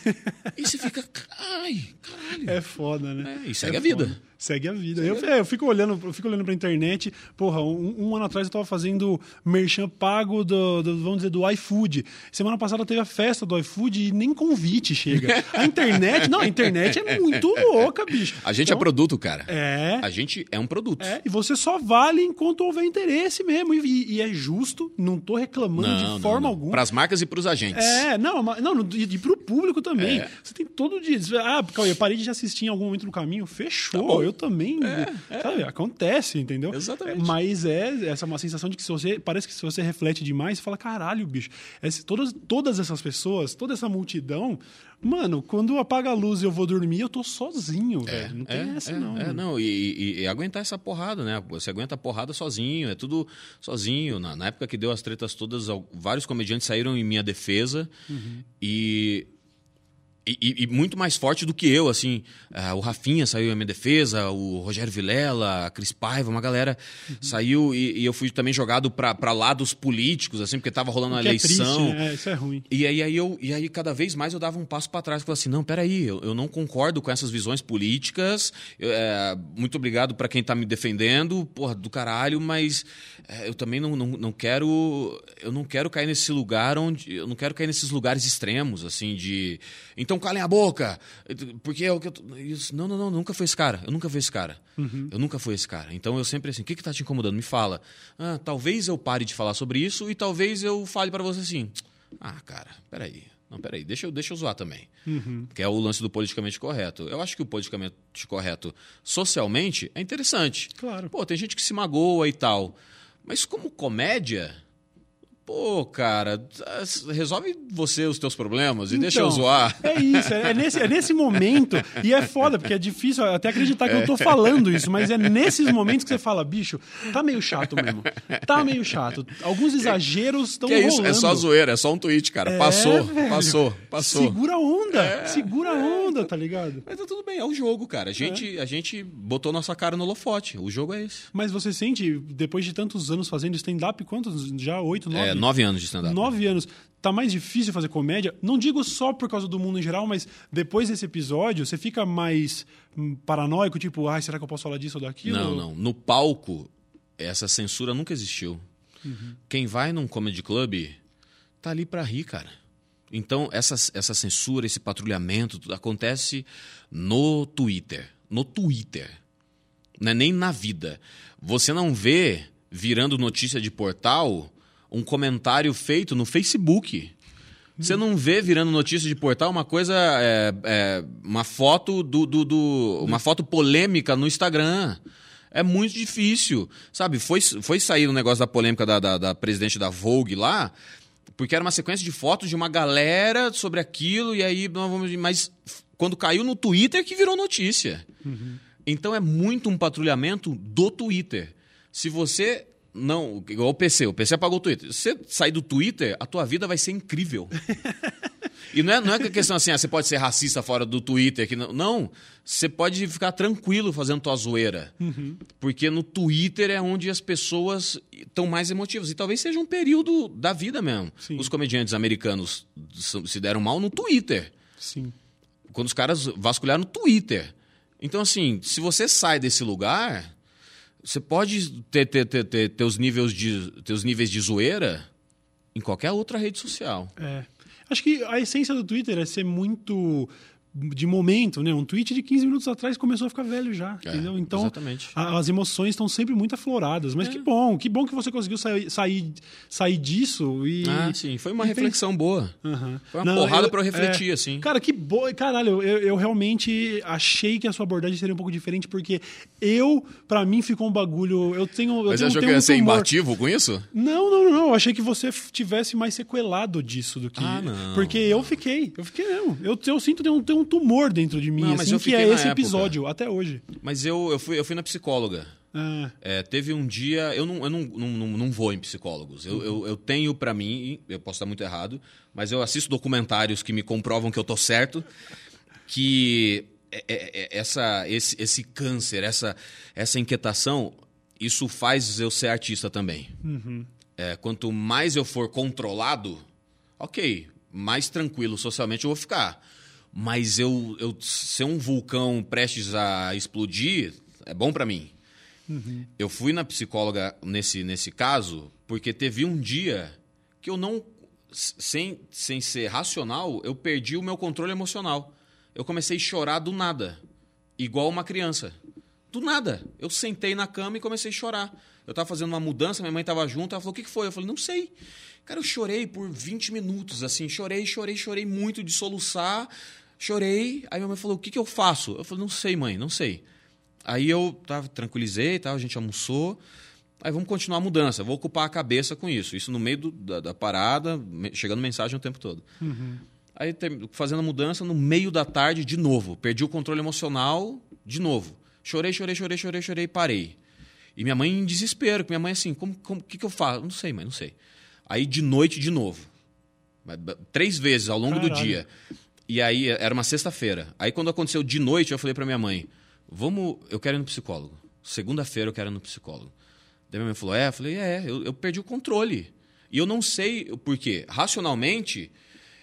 E você fica, ai, caralho. É foda, né? E segue a vida. Foda. Segue a vida. Eu fico olhando pra internet. Porra, um ano atrás eu tava fazendo merchan pago vamos dizer, do iFood. Semana passada teve a festa do iFood e nem convite chega. A internet é muito louca, bicho. A gente é produto, cara. É. A gente é um produto. E você só vale enquanto houver interesse mesmo. E é justo, não tô reclamando de forma alguma. Para as marcas e para os agentes. E pro público também. Você tem todo dia. Eu parei de assistir em algum momento no caminho. Fechou. Eu também. Sabe, acontece, entendeu? Exatamente. Mas essa é uma sensação de que parece que se você reflete demais, você fala, caralho, bicho. Todas essas pessoas, toda essa multidão, mano, quando apaga a luz e eu vou dormir, eu tô sozinho, velho. Não tem essa, não. E aguentar essa porrada, né? Você aguenta a porrada sozinho, é tudo sozinho. Na época que deu as tretas todas, vários comediantes saíram em minha defesa e muito mais forte do que eu, assim. O Rafinha saiu em minha defesa, o Rogério Vilela, a Cris Paiva, uma galera saiu e eu fui também jogado pra lados políticos, assim, porque tava rolando a eleição. É triste, né? Isso é ruim. E aí cada vez mais eu dava um passo para trás, falava assim, não, peraí, eu não concordo com essas visões políticas, muito obrigado para quem tá me defendendo, porra, do caralho, mas eu também não quero cair nesse lugar eu não quero cair nesses lugares extremos, assim, então calem a boca, porque não, nunca foi esse cara, eu nunca fui esse cara. Eu nunca fui esse cara. Então eu sempre assim, o que tá te incomodando? Me fala. Talvez eu pare de falar sobre isso e talvez eu fale para você assim, cara, peraí, Não, peraí, deixa eu zoar também. Que é o lance do politicamente correto. Eu acho que o politicamente correto socialmente é interessante. Claro. Pô, tem gente que se magoa e tal. Mas como comédia... Pô, cara, resolve você os teus problemas e deixa eu zoar. É isso, é nesse momento, e é foda, porque é difícil até acreditar que eu tô falando isso, mas é nesses momentos que você fala, bicho, tá meio chato mesmo. Tá meio chato. Alguns exageros estão rolando. Isso, é só zoeira, é só um tweet, cara. Passou. Segura a onda, tá ligado? Mas tá tudo bem, é o jogo, cara. A gente botou nossa cara no holofote, o jogo é esse. Mas você sente, depois de tantos anos fazendo stand-up, quantos? Já 8, 9? 9 anos de stand-up. 9 anos. Tá mais difícil fazer comédia? Não digo só por causa do mundo em geral, mas depois desse episódio, você fica mais paranoico, tipo, será que eu posso falar disso ou daquilo? Não. No palco, essa censura nunca existiu. Quem vai num comedy club tá ali pra rir, cara. Então, essa censura, esse patrulhamento, tudo acontece no Twitter. No Twitter. Não é nem na vida. Você não vê, virando notícia de portal... um comentário feito no Facebook. Você não vê virando notícia de portal uma coisa, uma foto uma foto polêmica no Instagram. É muito difícil, sabe? Foi sair o negócio da polêmica da presidente da Vogue lá, porque era uma sequência de fotos de uma galera sobre aquilo, e aí, mas quando caiu no Twitter que virou notícia. Então é muito um patrulhamento do Twitter. Se você... Não, igual o PC apagou o Twitter. Se você sair do Twitter, a tua vida vai ser incrível. E não é que questão assim, você pode ser racista fora do Twitter. Não, você pode ficar tranquilo fazendo tua zoeira. Porque no Twitter é onde as pessoas estão mais emotivas. E talvez seja um período da vida mesmo. Sim. Os comediantes americanos se deram mal no Twitter. Sim. Quando os caras vasculharam no Twitter. Então, assim, se você sai desse lugar... Você pode ter teus níveis de zoeira em qualquer outra rede social. Acho que a essência do Twitter é ser muito de momento, né? Um tweet de 15 minutos atrás começou a ficar velho já, entendeu? Então, exatamente. As emoções estão sempre muito afloradas. Mas que bom que você conseguiu sair disso. Sim, foi uma reflexão boa. Foi uma porrada pra eu refletir, assim. Cara, que boa. Caralho, eu realmente achei que a sua abordagem seria um pouco diferente, porque pra mim ficou um bagulho... Mas você achou que eu ia ser imbatível com isso? Não. Eu achei que você tivesse mais sequelado disso do que... não. Porque eu fiquei mesmo. Eu sinto ter um tumor dentro de mim, Não, assim, que é esse episódio, até hoje. Mas eu fui na psicóloga. Teve um dia... Eu não vou em psicólogos. Eu tenho pra mim, eu posso estar muito errado, mas eu assisto documentários que me comprovam que eu tô certo, que esse câncer, essa inquietação, isso faz eu ser artista também. Quanto mais eu for controlado, ok, mais tranquilo socialmente eu vou ficar. Mas eu ser um vulcão prestes a explodir é bom pra mim. Eu fui na psicóloga nesse caso porque teve um dia que eu não... Sem ser racional, eu perdi o meu controle emocional. Eu comecei a chorar do nada, igual uma criança. Do nada. Eu sentei na cama e comecei a chorar. Eu estava fazendo uma mudança, minha mãe estava junto, ela falou, o que foi? Eu falei, não sei. Cara, eu chorei por 20 minutos, assim, chorei muito de soluçar, chorei. Aí minha mãe falou, o que eu faço? Eu falei, não sei, mãe, não sei. Aí eu tranquilizei, a gente almoçou, aí vamos continuar a mudança, vou ocupar a cabeça com isso. Isso no meio da parada, chegando mensagem o tempo todo. Aí fazendo a mudança, no meio da tarde, de novo, perdi o controle emocional, de novo. Chorei, parei. E minha mãe em desespero, minha mãe assim, o que eu faço? Não sei, mãe, não sei. Aí de noite, de novo. 3 vezes ao longo do dia. E aí era uma sexta-feira. Aí quando aconteceu de noite, eu falei pra minha mãe, eu quero ir no psicólogo. Segunda-feira eu quero ir no psicólogo. Daí minha mãe falou, eu falei, eu perdi o controle. E eu não sei o porquê. Racionalmente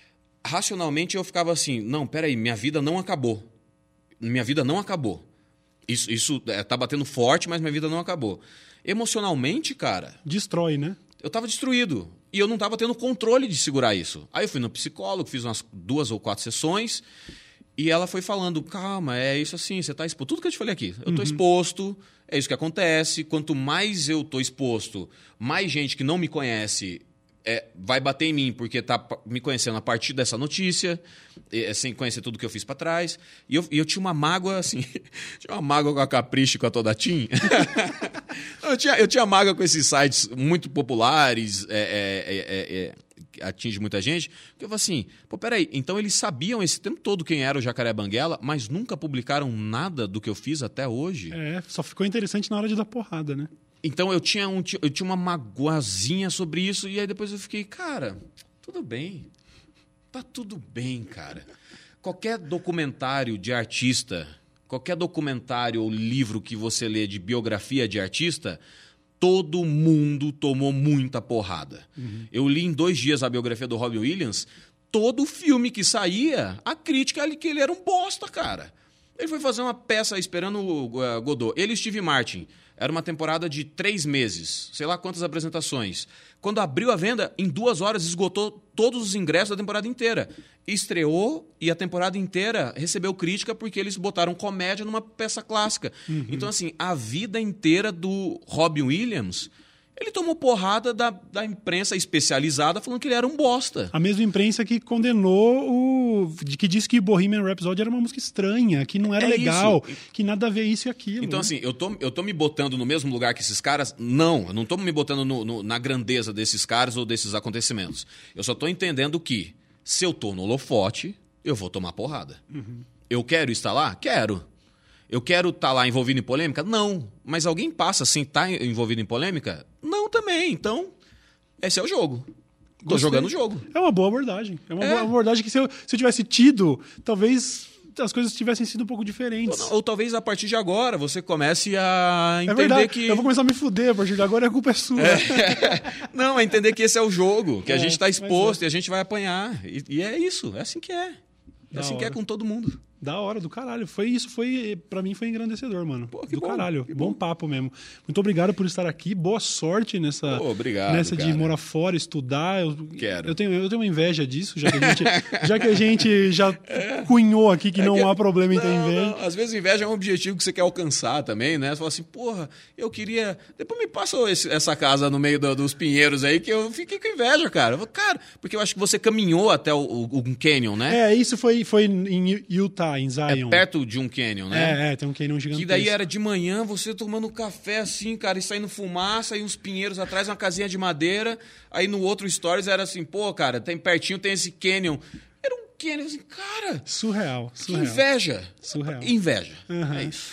eu ficava assim, não, peraí, minha vida não acabou. Minha vida não acabou. Isso tá batendo forte, mas minha vida não acabou. Emocionalmente, cara... Destrói, né? Eu tava destruído. E eu não tava tendo controle de segurar isso. Aí eu fui no psicólogo, fiz umas 2 ou 4 sessões... E ela foi falando, calma, é isso assim, você está exposto. Tudo que eu te falei aqui, eu estou exposto, é isso que acontece. Quanto mais eu estou exposto, mais gente que não me conhece vai bater em mim porque tá me conhecendo a partir dessa notícia, sem conhecer tudo que eu fiz para trás. E eu tinha uma mágoa, assim, tinha uma mágoa com a Capricho e com a Toda Team. eu tinha mágoa com esses sites muito populares, que atinge muita gente. Porque eu falei assim, pô, peraí, então eles sabiam esse tempo todo quem era o Jacaré Banguela, mas nunca publicaram nada do que eu fiz até hoje? Só ficou interessante na hora de dar porrada, né? Então eu tinha uma magoazinha sobre isso, e aí depois eu fiquei, cara, tudo bem. Tá tudo bem, cara. Qualquer documentário de artista, qualquer documentário ou livro que você lê de biografia de artista, todo mundo tomou muita porrada. Eu li em 2 dias a biografia do Robin Williams, todo filme que saía, a crítica era que ele era um bosta, cara. Ele foi fazer uma peça esperando o Godot. Ele e Steve Martin. Era uma temporada de 3 meses, sei lá quantas apresentações. Quando abriu a venda, em 2 horas esgotou todos os ingressos da temporada inteira. Estreou e a temporada inteira recebeu crítica porque eles botaram comédia numa peça clássica. Então, assim, a vida inteira do Robin Williams, ele tomou porrada da imprensa especializada falando que ele era um bosta. A mesma imprensa que condenou que disse que Bohemian Rhapsody era uma música estranha, que não era legal, que nada a ver isso e aquilo. Então, assim, eu tô me botando no mesmo lugar que esses caras? Não, eu não tô me botando na grandeza desses caras ou desses acontecimentos. Eu só tô entendendo que, se eu tô no holofote, eu vou tomar porrada. Eu quero estar lá? Quero. Eu quero estar lá envolvido em polêmica? Não. Mas alguém passa sem estar envolvido em polêmica? Não também. Então, esse é o jogo. Tô jogando o jogo. É uma boa abordagem. É uma boa abordagem que se eu tivesse tido, talvez as coisas tivessem sido um pouco diferentes. Ou talvez a partir de agora você comece a entender verdade. que... Eu vou começar a me fuder a partir de agora e a culpa é sua. Não, é entender que esse é o jogo, que a gente está exposto e a gente vai apanhar. E é isso, é assim que é. É assim que é com todo mundo. Da hora, do caralho. Pra mim foi engrandecedor, mano. Pô, do caralho. Bom papo mesmo. Muito obrigado por estar aqui. Boa sorte nessa de morar fora, estudar. Quero. Eu tenho uma inveja disso, já que a gente já cunhou aqui que não há problema em ter inveja. Não. Às vezes inveja é um objetivo que você quer alcançar também, né? Você fala assim, porra, eu queria... Depois me passa essa casa no meio dos pinheiros aí que eu fiquei com inveja, cara. Cara, porque eu acho que você caminhou até um canyon, né? Isso foi em Utah. Em Zion. É perto de um canyon, né? Tem um canyon gigantesco. Que daí era de manhã, você tomando café assim, cara, e saindo fumaça, e uns pinheiros atrás, uma casinha de madeira. Aí no outro stories era assim, pô, cara, pertinho tem esse canyon. Era um canyon, assim, cara... Surreal. Que inveja. Surreal. Inveja. É isso.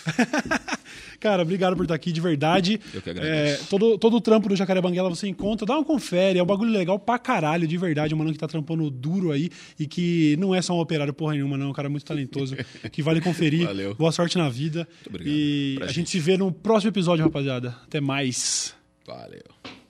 Cara, obrigado por estar aqui, de verdade. Eu que agradeço. Todo o trampo do Jacaré Banguela você encontra, dá uma confere, é um bagulho legal pra caralho, de verdade. Um mano que tá trampando duro aí e que não é só um operário porra nenhuma, não. É um cara muito talentoso, que vale conferir. Valeu. Boa sorte na vida. Muito obrigado. E a gente se vê no próximo episódio, rapaziada. Até mais. Valeu.